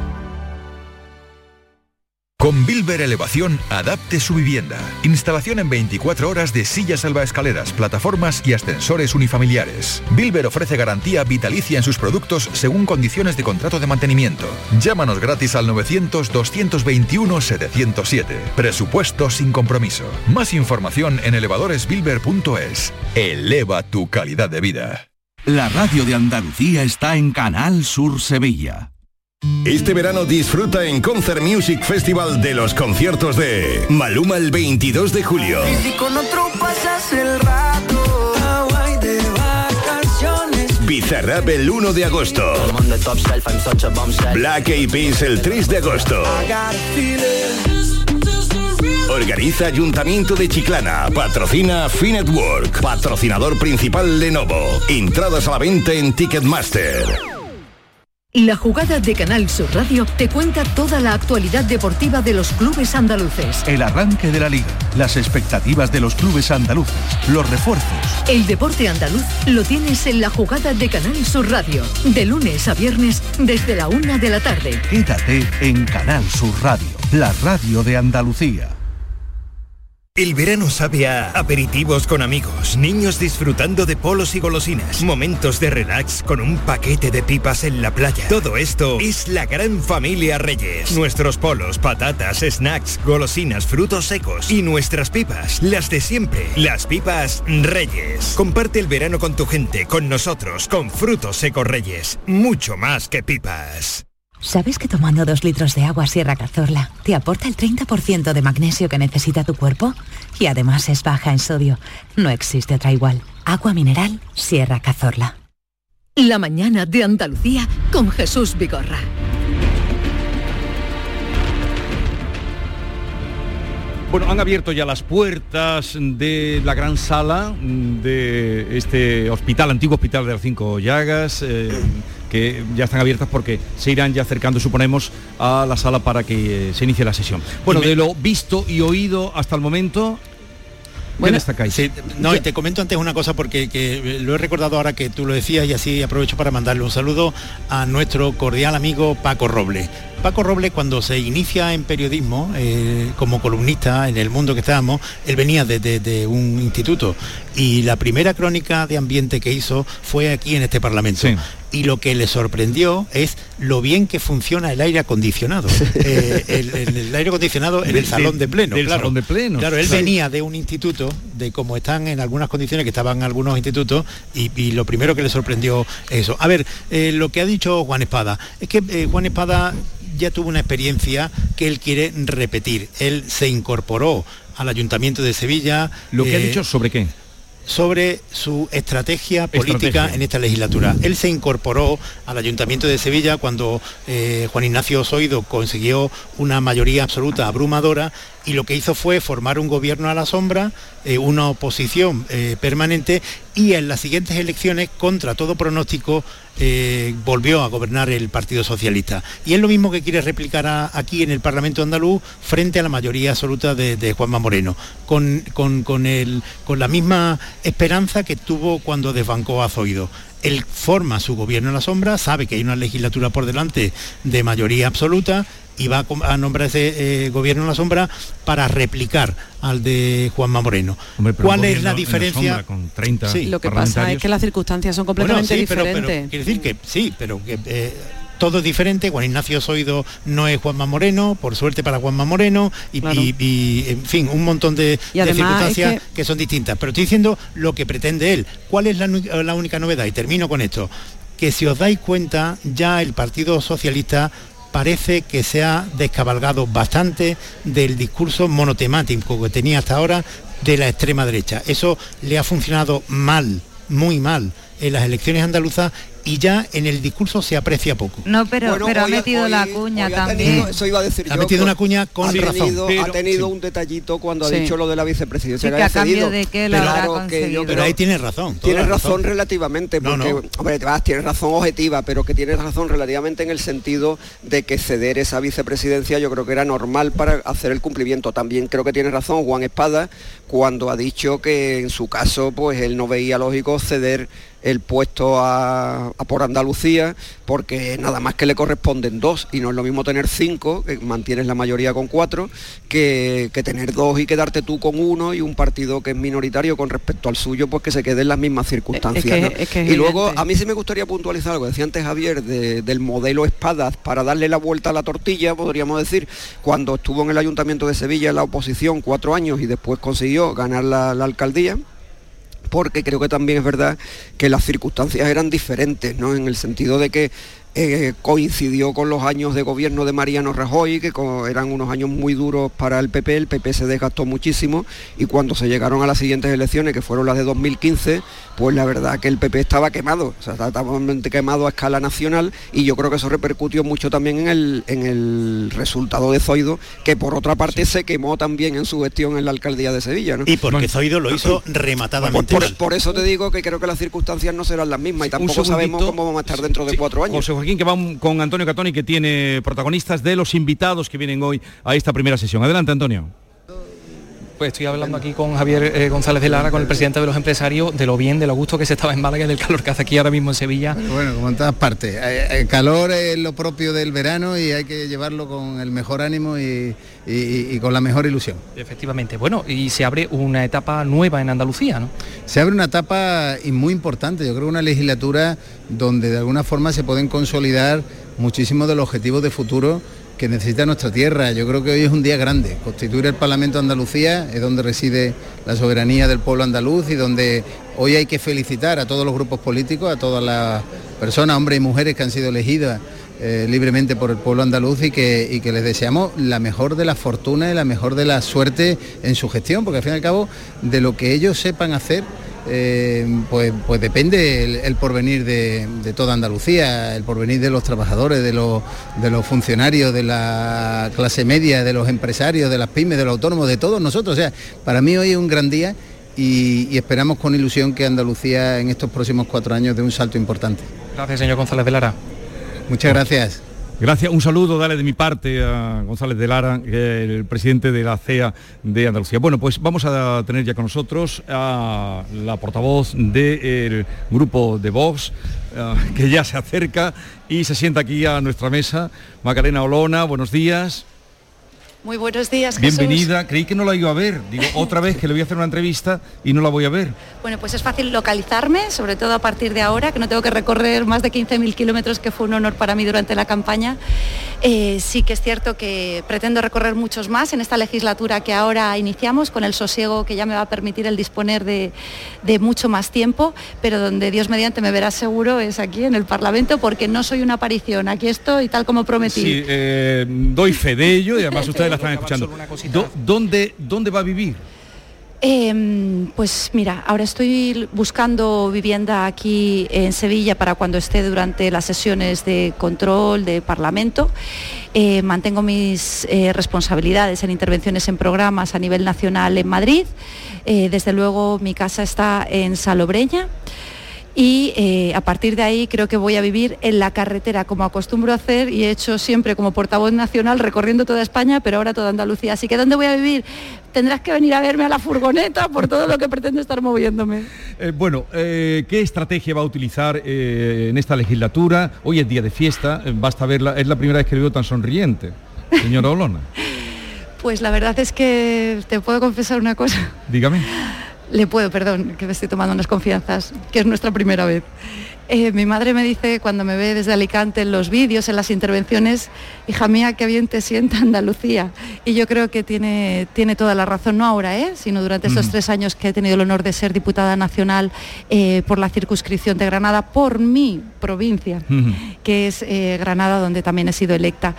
Con Bilber Elevación, adapte su vivienda. Instalación en 24 horas de sillas salvaescaleras, plataformas y ascensores unifamiliares. Bilber ofrece garantía vitalicia en sus productos según condiciones de contrato de mantenimiento. Llámanos gratis al 900-221-707. Presupuesto sin compromiso. Más información en elevadoresbilber.es. Eleva tu calidad de vida. La radio de Andalucía está en Canal Sur Sevilla. Este verano disfruta en Concert Music Festival de los conciertos de Maluma el 22 de julio. Y si con otro pasas el rato, Hawaii de vacaciones. Bizarrap el 1 de agosto. Black Eyed Peas el 3 de agosto. Organiza Ayuntamiento de Chiclana. Patrocina Finetwork. Patrocinador principal Lenovo. Entradas a la venta en Ticketmaster. La jugada de Canal Sur Radio te cuenta toda la actualidad deportiva de los clubes andaluces. El arranque de la Liga, las expectativas de los clubes andaluces, los refuerzos. El deporte andaluz lo tienes en la jugada de Canal Sur Radio, de lunes a viernes desde la 1 de la tarde. Quédate en Canal Sur Radio, la radio de Andalucía. El verano sabe a aperitivos con amigos, niños disfrutando de polos y golosinas, momentos de relax con un paquete de pipas en la playa. Todo esto es la gran familia Reyes. Nuestros polos, patatas, snacks, golosinas, frutos secos y nuestras pipas, las de siempre, las pipas Reyes. Comparte el verano con tu gente, con nosotros, con Frutos Secos Reyes. Mucho más que pipas. ¿Sabes que tomando 2 litros de agua Sierra Cazorla te aporta el 30% de magnesio que necesita tu cuerpo? Y además es baja en sodio. No existe otra igual. Agua mineral Sierra Cazorla. La mañana de Andalucía con Jesús Vigorra. Bueno, han abierto ya las puertas de la gran sala de este hospital, antiguo hospital de las 5 Llagas, que ya están abiertas porque se irán ya acercando, suponemos, a la sala para que se inicie la sesión. Bueno, de lo visto y oído hasta el momento... Bueno, sí, no, y te comento antes una cosa porque que lo he recordado ahora que tú lo decías y así aprovecho para mandarle un saludo a nuestro cordial amigo Paco Robles. Paco Robles, cuando se inicia en periodismo, como columnista en el mundo que estábamos, él venía de un instituto y la primera crónica de ambiente que hizo fue aquí en este Parlamento. Sí. Y lo que le sorprendió es lo bien que funciona el aire acondicionado. El aire acondicionado en el salón de pleno. Del salón de pleno. Claro, él venía de un instituto, de cómo están en algunas condiciones que estaban en algunos institutos, y lo primero que le sorprendió es eso. A ver, lo que ha dicho Juan Espada, es que Juan Espada ya tuvo una experiencia que él quiere repetir. Él se incorporó al Ayuntamiento de Sevilla. ¿Lo que ha dicho sobre qué? Sobre su estrategia política en esta legislatura. Él se incorporó al Ayuntamiento de Sevilla cuando Juan Ignacio Zoido consiguió una mayoría absoluta abrumadora, y lo que hizo fue formar un gobierno a la sombra, una oposición permanente, y en las siguientes elecciones, contra todo pronóstico, volvió a gobernar el Partido Socialista. Y es lo mismo que quiere replicar aquí en el Parlamento andaluz frente a la mayoría absoluta de Juanma Moreno, con la misma esperanza que tuvo cuando desbancó a Zoido. Él forma su gobierno en la sombra, sabe que hay una legislatura por delante de mayoría absoluta y va a nombrar ese gobierno en la sombra para replicar al de Juanma Moreno. Hombre, ¿cuál es la diferencia? Sombra, con 30 sí. Lo que pasa es que las circunstancias son completamente diferentes. Pero quiere decir que sí, pero que todo es diferente. Juan Ignacio Zoido no es Juanma Moreno, por suerte para Juanma Moreno, y en fin, un montón de circunstancias que son distintas. Pero estoy diciendo lo que pretende él. ¿Cuál es la única novedad? Y termino con esto. Que si os dais cuenta, ya el Partido Socialista parece que se ha descabalgado bastante del discurso monotemático que tenía hasta ahora de la extrema derecha. Eso le ha funcionado mal, muy mal, en las elecciones andaluzas, y ya en el discurso se aprecia poco. No, pero ha metido la cuña también. Eso iba a decir yo. Ha metido una cuña con razón. Ha tenido un detallito cuando ha dicho lo de la vicepresidencia. Sí, que a cambio de que lo habrá concedido. Pero ahí tienes razón. Tienes razón relativamente, porque, hombre, tienes razón objetiva, pero que tienes razón relativamente en el sentido de que ceder esa vicepresidencia yo creo que era normal para hacer el cumplimiento. También creo que tiene razón Juan Espada cuando ha dicho que en su caso pues él no veía lógico ceder el puesto a por Andalucía, porque nada más que le corresponden 2, y no es lo mismo tener 5, que mantienes la mayoría con 4, que tener 2 y quedarte tú con 1, y un partido que es minoritario con respecto al suyo, pues que se quede en las mismas circunstancias. Y luego, a mí sí me gustaría puntualizar algo, decía antes Javier, del modelo Espadas, para darle la vuelta a la tortilla, podríamos decir, cuando estuvo en el Ayuntamiento de Sevilla en la oposición 4 años y después consiguió ganar la alcaldía, porque creo que también es verdad que las circunstancias eran diferentes, ¿no? En el sentido de que coincidió con los años de gobierno de Mariano Rajoy, que eran unos años muy duros para el PP se desgastó muchísimo, y cuando se llegaron a las siguientes elecciones, que fueron las de 2015, pues la verdad que el PP estaba quemado, o sea, estaba totalmente quemado a escala nacional, y yo creo que eso repercutió mucho también en el resultado de Zoido, que por otra parte se quemó también en su gestión en la alcaldía de Sevilla, ¿no? Y porque Zoido lo hizo rematadamente. Por eso te digo que creo que las circunstancias no serán las mismas, y tampoco sabemos cómo vamos a estar dentro de 4 años. Joaquín, que vamos con Antonio Catoni, que tiene protagonistas de los invitados que vienen hoy a esta primera sesión. Adelante, Antonio. Pues estoy hablando aquí con Javier González de Lara, con el presidente de los empresarios, de lo bien, de lo gusto que se estaba en Málaga y del calor que hace aquí ahora mismo en Sevilla. Bueno, como en todas partes. El calor es lo propio del verano y hay que llevarlo con el mejor ánimo y con la mejor ilusión. Efectivamente. Bueno, y se abre una etapa nueva en Andalucía, ¿no? Se abre una etapa muy importante. Yo creo que una legislatura donde de alguna forma se pueden consolidar muchísimos de los objetivos de futuro que necesita nuestra tierra. Yo creo que hoy es un día grande. Constituir el Parlamento de Andalucía es donde reside la soberanía del pueblo andaluz y donde hoy hay que felicitar a todos los grupos políticos, a todas las personas, hombres y mujeres que han sido elegidas libremente por el pueblo andaluz y que les deseamos la mejor de la fortuna y la mejor de la suerte en su gestión, porque al fin y al cabo de lo que ellos sepan hacer pues depende el porvenir de toda Andalucía, el porvenir de los trabajadores, de los funcionarios, de la clase media, de los empresarios, de las pymes, de los autónomos, de todos nosotros. O sea, para mí hoy es un gran día y esperamos con ilusión que Andalucía en estos próximos 4 años dé un salto importante. Gracias, señor González de Lara. Muchas gracias. Gracias, un saludo, dale de mi parte a González de Lara, el presidente de la CEA de Andalucía. Bueno, pues vamos a tener ya con nosotros a la portavoz del grupo de Vox, que ya se acerca y se sienta aquí a nuestra mesa. Macarena Olona, buenos días. Muy buenos días, Jesús. Bienvenida, creí que no la iba a ver, digo otra vez que le voy a hacer una entrevista y no la voy a ver. Bueno, pues es fácil localizarme, sobre todo a partir de ahora, que no tengo que recorrer más de 15.000 kilómetros, que fue un honor para mí durante la campaña. Sí que es cierto que pretendo recorrer muchos más en esta legislatura que ahora iniciamos, con el sosiego que ya me va a permitir el disponer de mucho más tiempo, pero donde Dios mediante me verá seguro es aquí en el Parlamento, porque no soy una aparición, aquí estoy tal como prometí. Sí, doy fe de ello y además ustedes la están escuchando. ¿Dónde va a vivir? Pues mira, ahora estoy buscando vivienda aquí en Sevilla para cuando esté durante las sesiones de control de Parlamento. Mantengo mis responsabilidades en intervenciones en programas a nivel nacional en Madrid. Desde luego mi casa está en Salobreña. Y a partir de ahí creo que voy a vivir en la carretera, como acostumbro a hacer y he hecho siempre como portavoz nacional, recorriendo toda España, pero ahora toda Andalucía. Así que ¿dónde voy a vivir? Tendrás que venir a verme a la furgoneta por todo lo que pretendo estar moviéndome. ¿Qué estrategia va a utilizar en esta legislatura? Hoy es día de fiesta, basta verla, es la primera vez que le veo tan sonriente, señora Olona. Pues la verdad es que te puedo confesar una cosa. Dígame. Perdón, que me estoy tomando unas confianzas, que es nuestra primera vez. Mi madre me dice, cuando me ve desde Alicante en los vídeos, en las intervenciones, hija mía, qué bien te sienta Andalucía. Y yo creo que tiene toda la razón, no ahora, sino durante estos 3 años que he tenido el honor de ser diputada nacional por la circunscripción de Granada, por mi provincia, que es Granada, donde también he sido electa.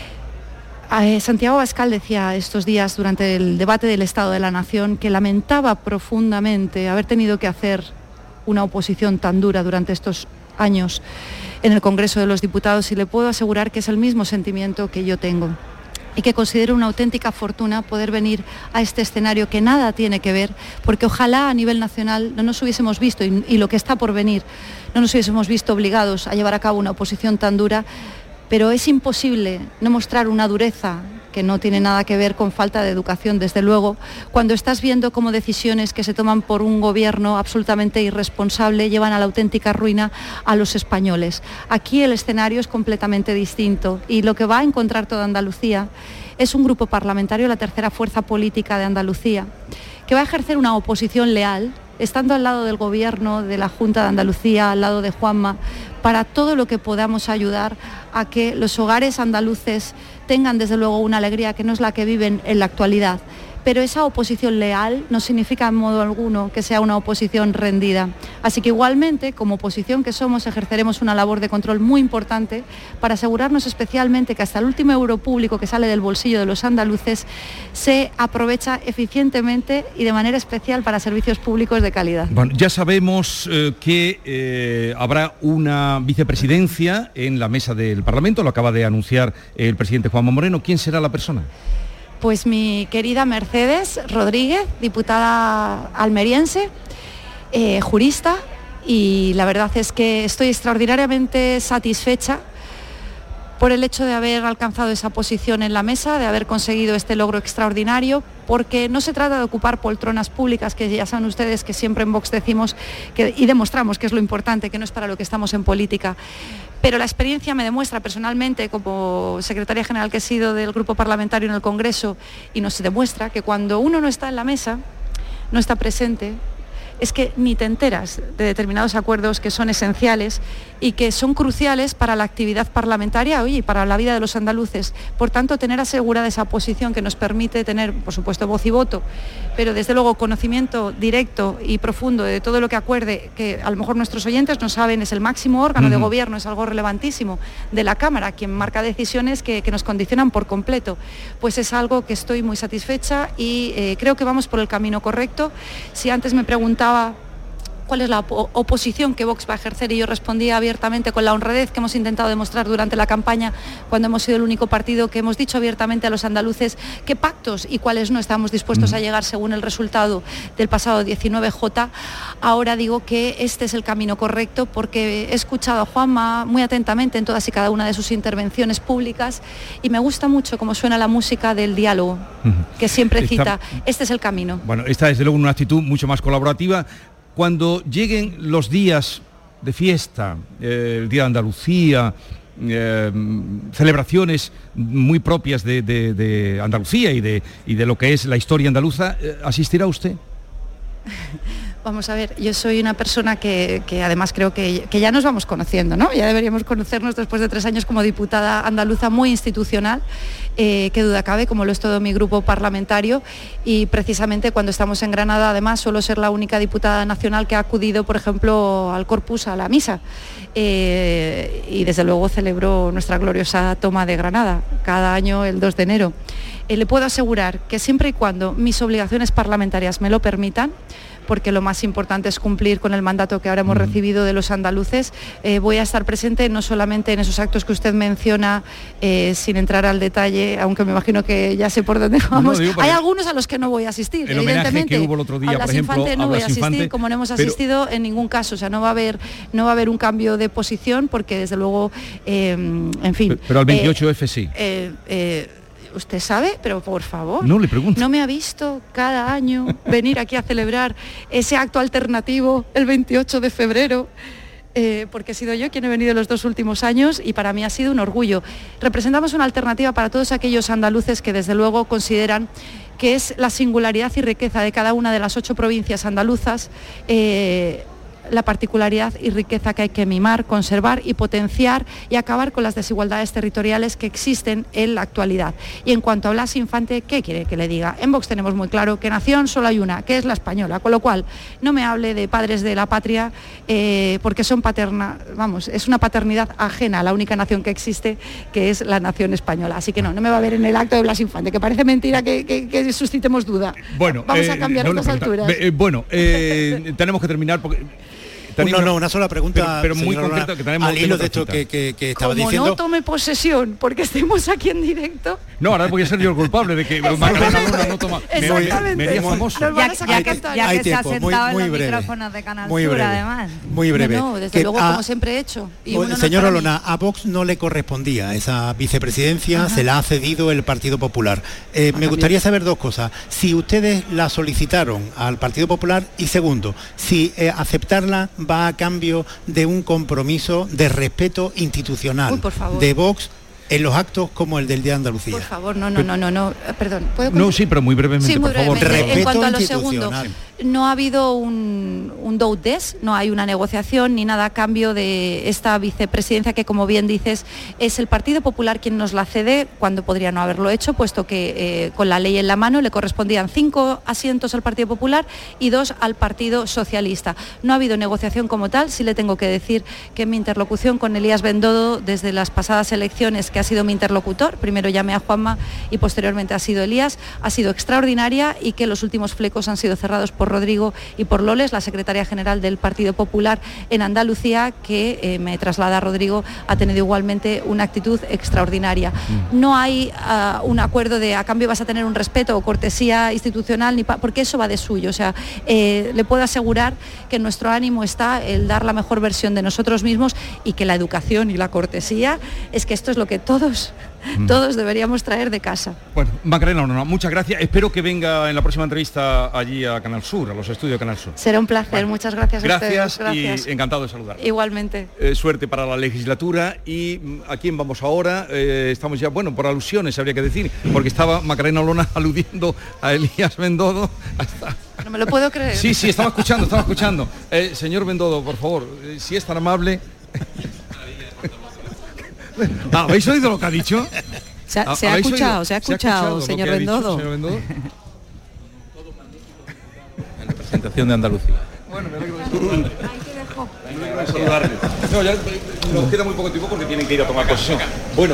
Santiago Abascal decía estos días durante el debate del Estado de la Nación que lamentaba profundamente haber tenido que hacer una oposición tan dura durante estos años en el Congreso de los Diputados, y le puedo asegurar que es el mismo sentimiento que yo tengo y que considero una auténtica fortuna poder venir a este escenario que nada tiene que ver, porque ojalá a nivel nacional no nos hubiésemos visto, y lo que está por venir, no nos hubiésemos visto obligados a llevar a cabo una oposición tan dura. Pero es imposible no mostrar una dureza que no tiene nada que ver con falta de educación, desde luego, cuando estás viendo cómo decisiones que se toman por un gobierno absolutamente irresponsable llevan a la auténtica ruina a los españoles. Aquí el escenario es completamente distinto y lo que va a encontrar toda Andalucía es un grupo parlamentario, la tercera fuerza política de Andalucía, que va a ejercer una oposición leal, estando al lado del gobierno, de la Junta de Andalucía, al lado de Juanma, para todo lo que podamos ayudar a que los hogares andaluces tengan desde luego una alegría que no es la que viven en la actualidad. Pero esa oposición leal no significa en modo alguno que sea una oposición rendida. Así que igualmente, como oposición que somos, ejerceremos una labor de control muy importante para asegurarnos especialmente que hasta el último euro público que sale del bolsillo de los andaluces se aprovecha eficientemente y de manera especial para servicios públicos de calidad. Bueno, ya sabemos que habrá una vicepresidencia en la mesa del Parlamento, lo acaba de anunciar el presidente Juanma Moreno. ¿Quién será la persona? Pues mi querida Mercedes Rodríguez, diputada almeriense, jurista, y la verdad es que estoy extraordinariamente satisfecha por el hecho de haber alcanzado esa posición en la mesa, de haber conseguido este logro extraordinario, porque no se trata de ocupar poltronas públicas, que ya saben ustedes que siempre en Vox decimos y demostramos que es lo importante, que no es para lo que estamos en política. Pero la experiencia me demuestra personalmente, como secretaria general que he sido del grupo parlamentario en el Congreso, y nos demuestra que cuando uno no está en la mesa, no está presente, es que ni te enteras de determinados acuerdos que son esenciales y que son cruciales para la actividad parlamentaria y para la vida de los andaluces. Por tanto, tener asegurada esa posición que nos permite tener, por supuesto, voz y voto, pero desde luego conocimiento directo y profundo de todo lo que acuerde, que a lo mejor nuestros oyentes no saben, es el máximo órgano de gobierno, es algo relevantísimo de la Cámara, quien marca decisiones que nos condicionan por completo. Pues es algo que estoy muy satisfecha y creo que vamos por el camino correcto. Si antes me preguntaba cuál es la oposición que Vox va a ejercer, y yo respondía abiertamente con la honradez que hemos intentado demostrar durante la campaña, cuando hemos sido el único partido que hemos dicho abiertamente a los andaluces qué pactos y cuáles no estamos dispuestos a llegar según el resultado del pasado 19J. Ahora digo que este es el camino correcto, porque he escuchado a Juanma muy atentamente en todas y cada una de sus intervenciones públicas, y me gusta mucho cómo suena la música del diálogo, que siempre cita, este es el camino. Bueno, esta es desde luego una actitud mucho más colaborativa. Cuando lleguen los días de fiesta, el Día de Andalucía, celebraciones muy propias de Andalucía y de lo que es la historia andaluza, ¿asistirá usted? Vamos a ver, yo soy una persona que además creo que ya nos vamos conociendo, ¿no? Ya deberíamos conocernos después de 3 años como diputada andaluza, muy institucional, qué duda cabe, como lo es todo mi grupo parlamentario, y precisamente cuando estamos en Granada, además, suelo ser la única diputada nacional que ha acudido, por ejemplo, al Corpus, a la misa, y desde luego celebro nuestra gloriosa toma de Granada, cada año el 2 de enero. Le puedo asegurar que siempre y cuando mis obligaciones parlamentarias me lo permitan, porque lo más importante es cumplir con el mandato que ahora hemos recibido de los andaluces, voy a estar presente no solamente en esos actos que usted menciona, sin entrar al detalle, aunque me imagino que ya sé por dónde vamos. No, hay algunos a los que no voy a asistir, el evidentemente. Que hubo el otro día, por ejemplo, Infante no voy a asistir, como no hemos asistido en ningún caso. O sea, no va a haber un cambio de posición, porque desde luego, en fin. Pero al 28F sí. Usted sabe, pero por favor, no le pregunto. ¿No me ha visto cada año venir aquí a celebrar ese acto alternativo el 28 de febrero? Porque he sido yo quien he venido los 2 últimos años, y para mí ha sido un orgullo. Representamos una alternativa para todos aquellos andaluces que desde luego consideran que es la singularidad y riqueza de cada una de las 8 provincias andaluzas, la particularidad y riqueza que hay que mimar, conservar y potenciar, y acabar con las desigualdades territoriales que existen en la actualidad. Y en cuanto a Blas Infante, ¿qué quiere que le diga? En Vox tenemos muy claro que nación solo hay una, que es la española, con lo cual no me hable de padres de la patria, porque son es una paternidad ajena a la única nación que existe, que es la nación española. Así que no me va a ver en el acto de Blas Infante, que parece mentira que suscitemos duda. Bueno, vamos a cambiar estas alturas. Tenemos que terminar porque... una sola pregunta, pero muy concreta, que tenemos al hilo de esto que estaba diciendo. Como no tome posesión, porque estemos aquí en directo. No, ahora voy a ser yo el culpable de que Macarena Olona no toma. Exactamente. Me famoso. Ya que se ha sentado en los micrófonos de Canal Sur, además. Muy breve. No, desde luego, como siempre he hecho. Señor Olona, a Vox no le correspondía esa vicepresidencia, se la ha cedido el Partido Popular. Me gustaría saber 2 cosas. Si ustedes la solicitaron al Partido Popular, y segundo, si aceptarla va a cambio de un compromiso de respeto institucional de Vox en los actos como el del Día de Andalucía. Por favor, no, perdón. No, sí, pero muy brevemente, sí, muy por favor. En cuanto a lo segundo, no ha habido un do des, no hay una negociación ni nada a cambio de esta vicepresidencia que, como bien dices, es el Partido Popular quien nos la cede, cuando podría no haberlo hecho, puesto que con la ley en la mano le correspondían 5 asientos al Partido Popular y 2 al Partido Socialista. No ha habido negociación como tal. Sí le tengo que decir que en mi interlocución con Elías Bendodo, desde las pasadas elecciones, que ha sido mi interlocutor, primero llamé a Juanma y posteriormente ha sido Elías, ha sido extraordinaria, y que los últimos flecos han sido cerrados por Rodrigo y por Loles, la secretaria general del Partido Popular en Andalucía, que me traslada a Rodrigo, ha tenido igualmente una actitud extraordinaria. No hay un acuerdo de a cambio vas a tener un respeto o cortesía institucional, porque eso va de suyo. O sea, le puedo asegurar que nuestro ánimo está el dar la mejor versión de nosotros mismos, y que la educación y la cortesía es que esto es lo que todos deberíamos traer de casa. Bueno, Macarena, muchas gracias. Espero que venga en la próxima entrevista allí a Canal Sur, a los estudios de Canal Sur. Será un placer, muchas gracias a ustedes. Gracias, y encantado de saludar. Igualmente. Suerte para la legislatura. ¿Y a quién vamos ahora? Estamos ya, por alusiones habría que decir, porque estaba Macarena Olona aludiendo a Elías Bendodo. No me lo puedo creer. Sí, estaba escuchando. Señor Bendodo, por favor, si es tan amable... ¿Habéis oído lo que ha dicho? Se ha escuchado, señor Bendodo. En la presentación de Andalucía. Bueno, me alegro de saludarle. No, ya nos queda muy poco tiempo porque tienen que ir a tomar posesión. Bueno,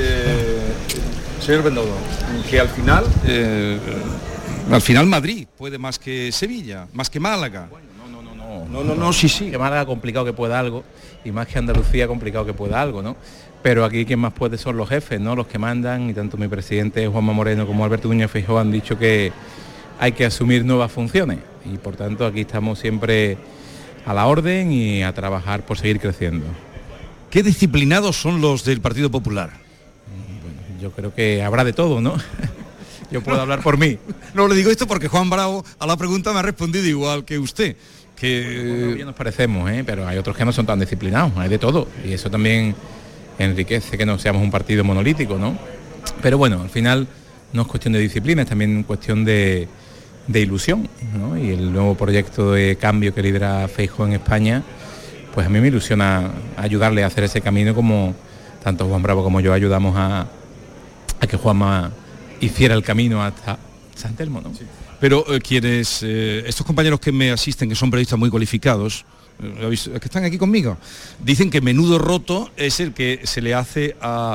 señor Bendodo, que al final Madrid puede más que Sevilla, más que Málaga. No, sí. Que Málaga complicado que pueda algo, y más que Andalucía complicado que pueda algo, ¿no? Pero aquí quien más puede son los jefes, ¿no? Los que mandan, y tanto mi presidente Juanma Moreno como Alberto Núñez Feijóo han dicho que hay que asumir nuevas funciones, y por tanto aquí estamos siempre a la orden y a trabajar por seguir creciendo. ¿Qué disciplinados son los del Partido Popular? Bueno, yo creo que habrá de todo, ¿no? Yo puedo hablar por mí. No, le digo esto porque Juan Bravo a la pregunta me ha respondido igual que usted. Que bien nos parecemos, pero hay otros que no son tan disciplinados, hay de todo, y eso también enriquece que no seamos un partido monolítico, ¿no? Pero bueno, al final no es cuestión de disciplina, es también cuestión de ilusión, ¿no? Y el nuevo proyecto de cambio que lidera Feijóo en España, pues a mí me ilusiona ayudarle a hacer ese camino, como tanto Juan Bravo como yo ayudamos a que Juanma hiciera el camino hasta San Telmo, ¿no? Sí. Pero quienes, estos compañeros que me asisten, que son periodistas muy cualificados, que están aquí conmigo, dicen que menudo roto es el que se le hace a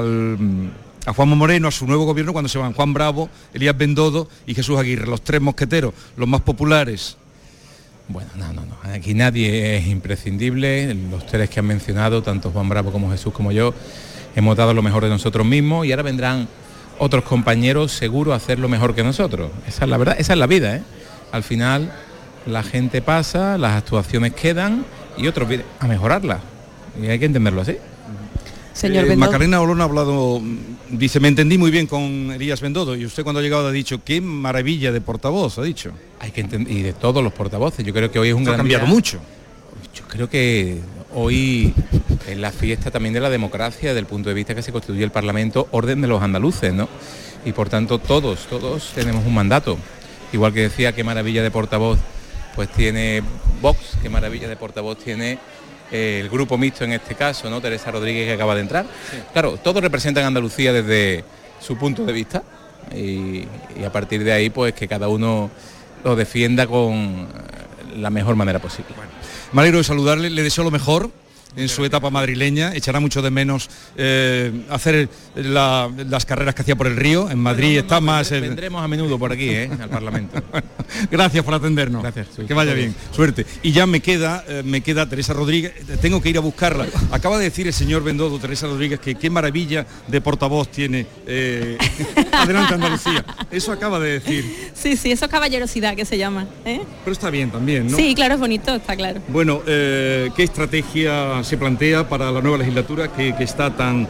Juanma Moreno, a su nuevo gobierno, cuando se van Juan Bravo, Elías Bendodo y Jesús Aguirre, los tres mosqueteros, los más populares. Bueno, no, aquí nadie es imprescindible, los tres que han mencionado, tanto Juan Bravo como Jesús como yo, hemos dado lo mejor de nosotros mismos, y ahora vendrán otros compañeros seguro a hacerlo mejor que nosotros. Esa es la verdad, esa es la vida, ¿eh? Al final la gente pasa, las actuaciones quedan y otros vienen a mejorarlas, y hay que entenderlo así. Señor Bendodo. Macarena Olona ha hablado, dice, me entendí muy bien con Elías Bendodo, y usted cuando ha llegado ha dicho, qué maravilla de portavoz, ha dicho. Hay que entender, y de todos los portavoces, yo creo que hoy es un gran día. Ha cambiado mucho. Yo creo que hoy es la fiesta también de la democracia, desde el punto de vista que se constituye el Parlamento, orden de los andaluces, ¿no? Y por tanto todos tenemos un mandato. Igual que decía, qué maravilla de portavoz pues tiene Vox, qué maravilla de portavoz tiene el grupo mixto en este caso, ¿no? Teresa Rodríguez, que acaba de entrar. Sí. Claro, todos representan a Andalucía desde su punto de vista, y a partir de ahí pues que cada uno lo defienda con la mejor manera posible. Bueno, me alegro de saludarle, le deseo lo mejor en su etapa madrileña, echará mucho de menos hacer las carreras que hacía por el río, en Madrid está más... Vendremos a menudo por aquí, al Parlamento. Gracias por atendernos. Gracias. Que vaya bien, suerte. Y ya me queda Teresa Rodríguez, tengo que ir a buscarla. Acaba de decir el señor Bendodo, Teresa Rodríguez, que qué maravilla de portavoz tiene Adelante Andalucía. Eso acaba de decir. Sí, eso es caballerosidad que se llama. Pero está bien también, ¿no? Sí, claro, es bonito, está claro. Bueno, ¿qué estrategia se plantea para la nueva legislatura que está tan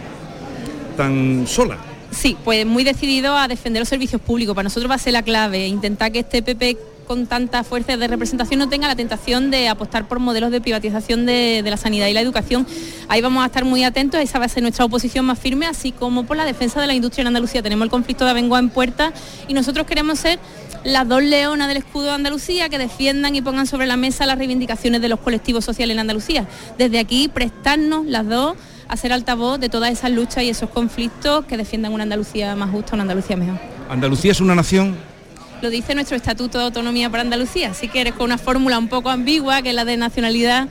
sola? Sí, pues muy decidido a defender los servicios públicos. Para nosotros va a ser la clave, intentar que este PP con tanta fuerza de representación no tenga la tentación de apostar por modelos de privatización de la sanidad y la educación. Ahí vamos a estar muy atentos, esa va a ser nuestra oposición más firme, así como por la defensa de la industria en Andalucía. Tenemos el conflicto de Abengoa en puerta y nosotros queremos ser las dos leonas del escudo de Andalucía que defiendan y pongan sobre la mesa las reivindicaciones de los colectivos sociales en Andalucía. Desde aquí prestarnos las dos a ser altavoz de todas esas luchas y esos conflictos que defiendan una Andalucía más justa, una Andalucía mejor. ¿Andalucía es una nación? Lo dice nuestro Estatuto de Autonomía para Andalucía, así que eres con una fórmula un poco ambigua, que es la de nacionalidad,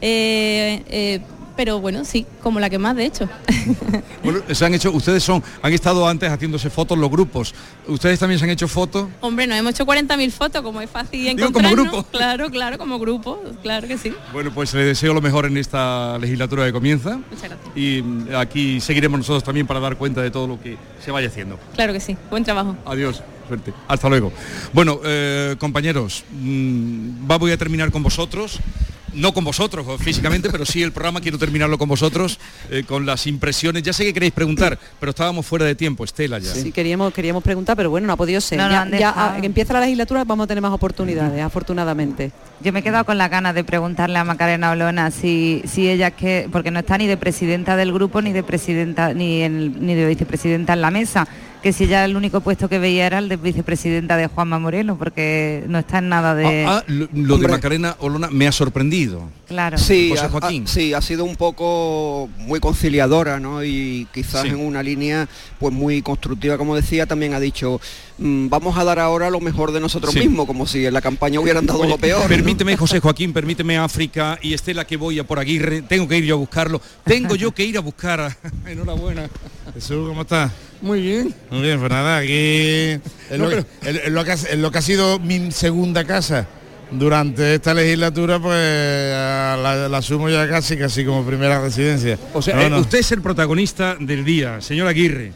pero bueno, sí, como la que más, de hecho. Bueno, ustedes han estado antes haciéndose fotos los grupos. ¿Ustedes también se han hecho fotos? Hombre, nos hemos hecho 40.000 fotos, como es fácil encontrarnos. ¿Como grupo? Claro, como grupo, claro que sí. Bueno, pues le deseo lo mejor en esta legislatura que comienza. Muchas gracias. Y aquí seguiremos nosotros también para dar cuenta de todo lo que se vaya haciendo. Claro que sí, buen trabajo. Adiós. Suerte. Hasta luego. Bueno, compañeros, voy a terminar con vosotros. No con vosotros físicamente, pero sí el programa quiero terminarlo con vosotros, con las impresiones. Ya sé que queréis preguntar, pero estábamos fuera de tiempo, Estela ya. Sí, queríamos preguntar, pero bueno, no ha podido ser. Ya empieza la legislatura, vamos a tener más oportunidades, afortunadamente. Yo me he quedado con las ganas de preguntarle a Macarena Olona si ella porque no está ni de presidenta del grupo ni de presidenta ni de vicepresidenta en la mesa, que si ella el único puesto que veía era el de vicepresidenta de Juanma Moreno, porque no está en nada de... Lo de Macarena Olona me ha sorprendido. Claro. Sí, José Joaquín. Sí, ha sido un poco muy conciliadora, ¿no? Y quizás en una línea pues muy constructiva, como decía, también ha dicho, vamos a dar ahora lo mejor de nosotros mismos, como si en la campaña hubieran dado lo peor. Permíteme, ¿no? José Joaquín, permíteme África y Estela que voy a por Aguirre, tengo que ir yo a buscarlo. Tengo yo que ir a buscar Enhorabuena. Jesús, ¿cómo estás? Muy bien. Muy bien, pues nada, aquí en lo que ha sido mi segunda casa, durante esta legislatura pues la asumo ya casi como primera residencia. O sea, usted es el protagonista del día, señor Aguirre.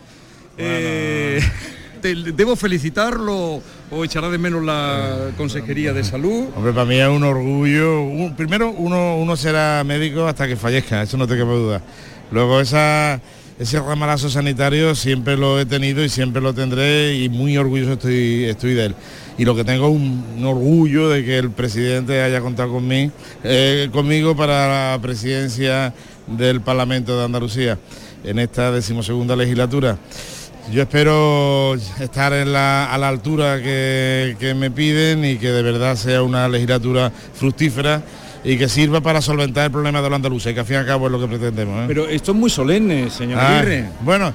¿Debo felicitarlo o echará de menos la Consejería de Salud? Hombre, para mí es un orgullo. Primero, uno será médico hasta que fallezca, eso no te cabe duda. Luego ese ramalazo sanitario siempre lo he tenido y siempre lo tendré, y muy orgulloso estoy de él. Y lo que tengo es un orgullo de que el presidente haya contado conmigo para la presidencia del Parlamento de Andalucía en esta 12ª legislatura. Yo espero estar a la altura que me piden y que de verdad sea una legislatura fructífera y que sirva para solventar el problema de los andaluces, que al fin y al cabo es lo que pretendemos. Pero esto es muy solemne, señor Aguirre. Bueno,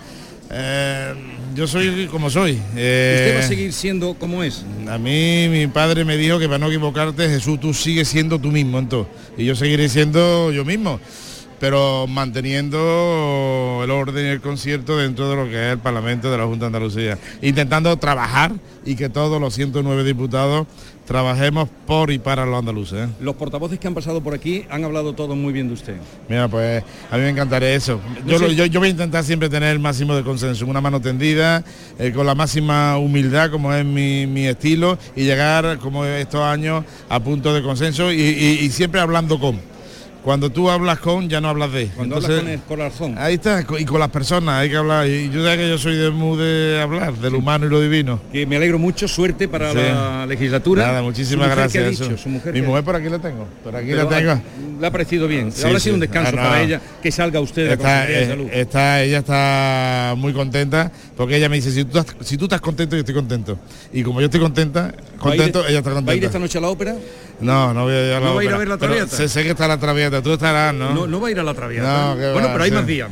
yo soy como soy. ¿Usted va a seguir siendo como es? A mí mi padre me dijo que para no equivocarte, Jesús, tú sigues siendo tú mismo, entonces, y yo seguiré siendo yo mismo, pero manteniendo el orden y el concierto dentro de lo que es el Parlamento de la Junta de Andalucía, intentando trabajar y que todos los 109 diputados trabajemos por y para los andaluces. Los portavoces que han pasado por aquí han hablado todos muy bien de usted. Mira, pues a mí me encantaría eso. Yo voy a intentar siempre tener el máximo de consenso, una mano tendida, con la máxima humildad, como es mi estilo, y llegar, como estos años, a punto de consenso y siempre hablando con. Cuando tú hablas con, ya no hablas de. Cuando hablas con el corazón. Ahí está, y con las personas hay que hablar. Y yo sé que yo soy de hablar, del humano y lo divino. Que me alegro mucho, suerte para la legislatura. Nada, muchísimas gracias. Mi mujer por aquí la tengo. Le ha parecido bien. Sí, habrá sido un descanso para ella que salga usted de la Consejería de Salud. Ella está muy contenta, porque ella me dice, si tú estás contento, yo estoy contento. Y como yo estoy contento, ella está contenta. ¿Va a ir esta noche a la ópera? No voy a ir a la ópera. ¿No va a ir a ver la Traviata? Sé que está la Traviata, tú estarás, ¿no? No va a ir a la Traviata. Bueno, pero hay más días.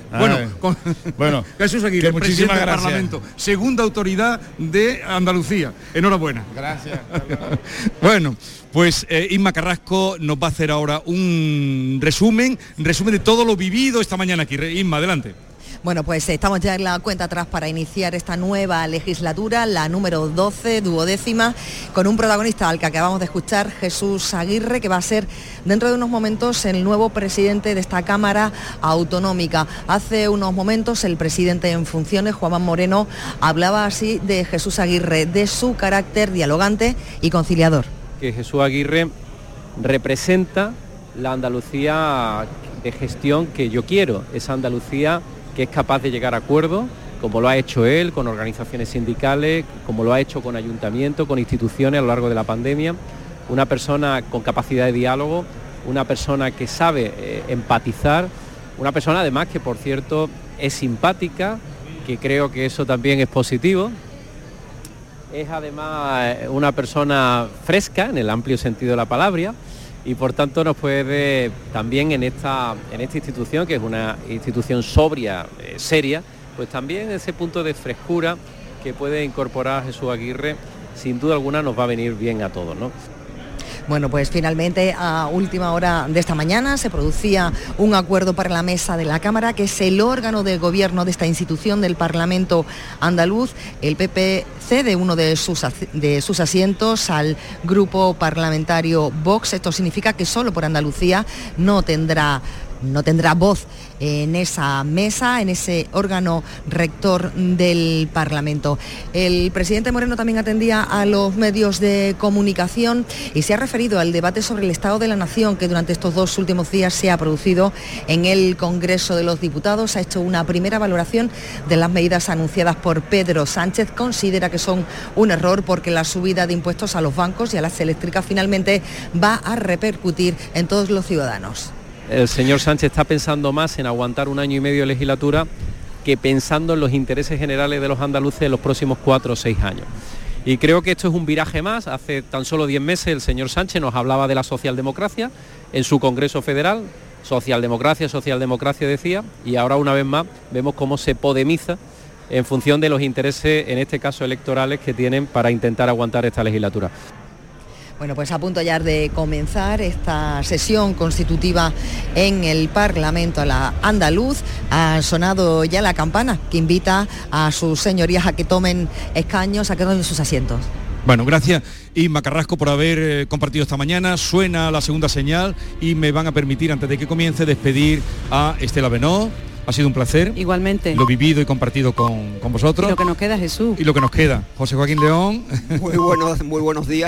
Bueno, Jesús Aguirre, presidente del Parlamento, segunda autoridad de Andalucía. Enhorabuena. Gracias. Bueno, pues Inma Carrasco nos va a hacer ahora un resumen de todo lo vivido esta mañana aquí. Inma, adelante. Bueno, pues estamos ya en la cuenta atrás para iniciar esta nueva legislatura, la número 12, 12ª, con un protagonista al que acabamos de escuchar, Jesús Aguirre, que va a ser dentro de unos momentos el nuevo presidente de esta Cámara Autonómica. Hace unos momentos el presidente en funciones, Juanma Moreno, hablaba así de Jesús Aguirre, de su carácter dialogante y conciliador. Que Jesús Aguirre representa la Andalucía de gestión que yo quiero, esa Andalucía que es capaz de llegar a acuerdos, como lo ha hecho él, con organizaciones sindicales, como lo ha hecho con ayuntamientos, con instituciones a lo largo de la pandemia, una persona con capacidad de diálogo, una persona que sabe empatizar, una persona además que, por cierto, es simpática, que creo que eso también es positivo, es además una persona fresca, en el amplio sentido de la palabra, y por tanto nos puede también en esta institución, que es una institución sobria, seria, pues también ese punto de frescura que puede incorporar Jesús Aguirre, sin duda alguna nos va a venir bien a todos, ¿no? Bueno, pues finalmente a última hora de esta mañana se producía un acuerdo para la mesa de la Cámara, que es el órgano de gobierno de esta institución del Parlamento andaluz. El PP cede uno de sus asientos al grupo parlamentario Vox. Esto significa que solo por Andalucía no tendrá voz en esa mesa, en ese órgano rector del Parlamento. El presidente Moreno también atendía a los medios de comunicación y se ha referido al debate sobre el Estado de la Nación que durante estos 2 últimos días se ha producido en el Congreso de los Diputados. Ha hecho una primera valoración de las medidas anunciadas por Pedro Sánchez. Considera que son un error porque la subida de impuestos a los bancos y a las eléctricas finalmente va a repercutir en todos los ciudadanos. El señor Sánchez está pensando más en aguantar 1 año y medio de legislatura que pensando en los intereses generales de los andaluces en los próximos 4 o 6 años. Y creo que esto es un viraje más. Hace tan solo 10 meses el señor Sánchez nos hablaba de la socialdemocracia en su Congreso Federal. Socialdemocracia decía, y ahora una vez más vemos cómo se podemiza en función de los intereses, en este caso electorales, que tienen para intentar aguantar esta legislatura. Bueno, pues a punto ya de comenzar esta sesión constitutiva en el Parlamento andaluz. Ha sonado ya la campana que invita a sus señorías a que tomen escaños, a que tomen sus asientos. Bueno, gracias Inma Carrasco por haber compartido esta mañana. Suena la segunda señal y me van a permitir, antes de que comience, despedir a Estela Benó. Ha sido un placer. Igualmente. Lo vivido y compartido con vosotros. Y lo que nos queda, Jesús. Y lo que nos queda. José Joaquín León. Muy buenos días.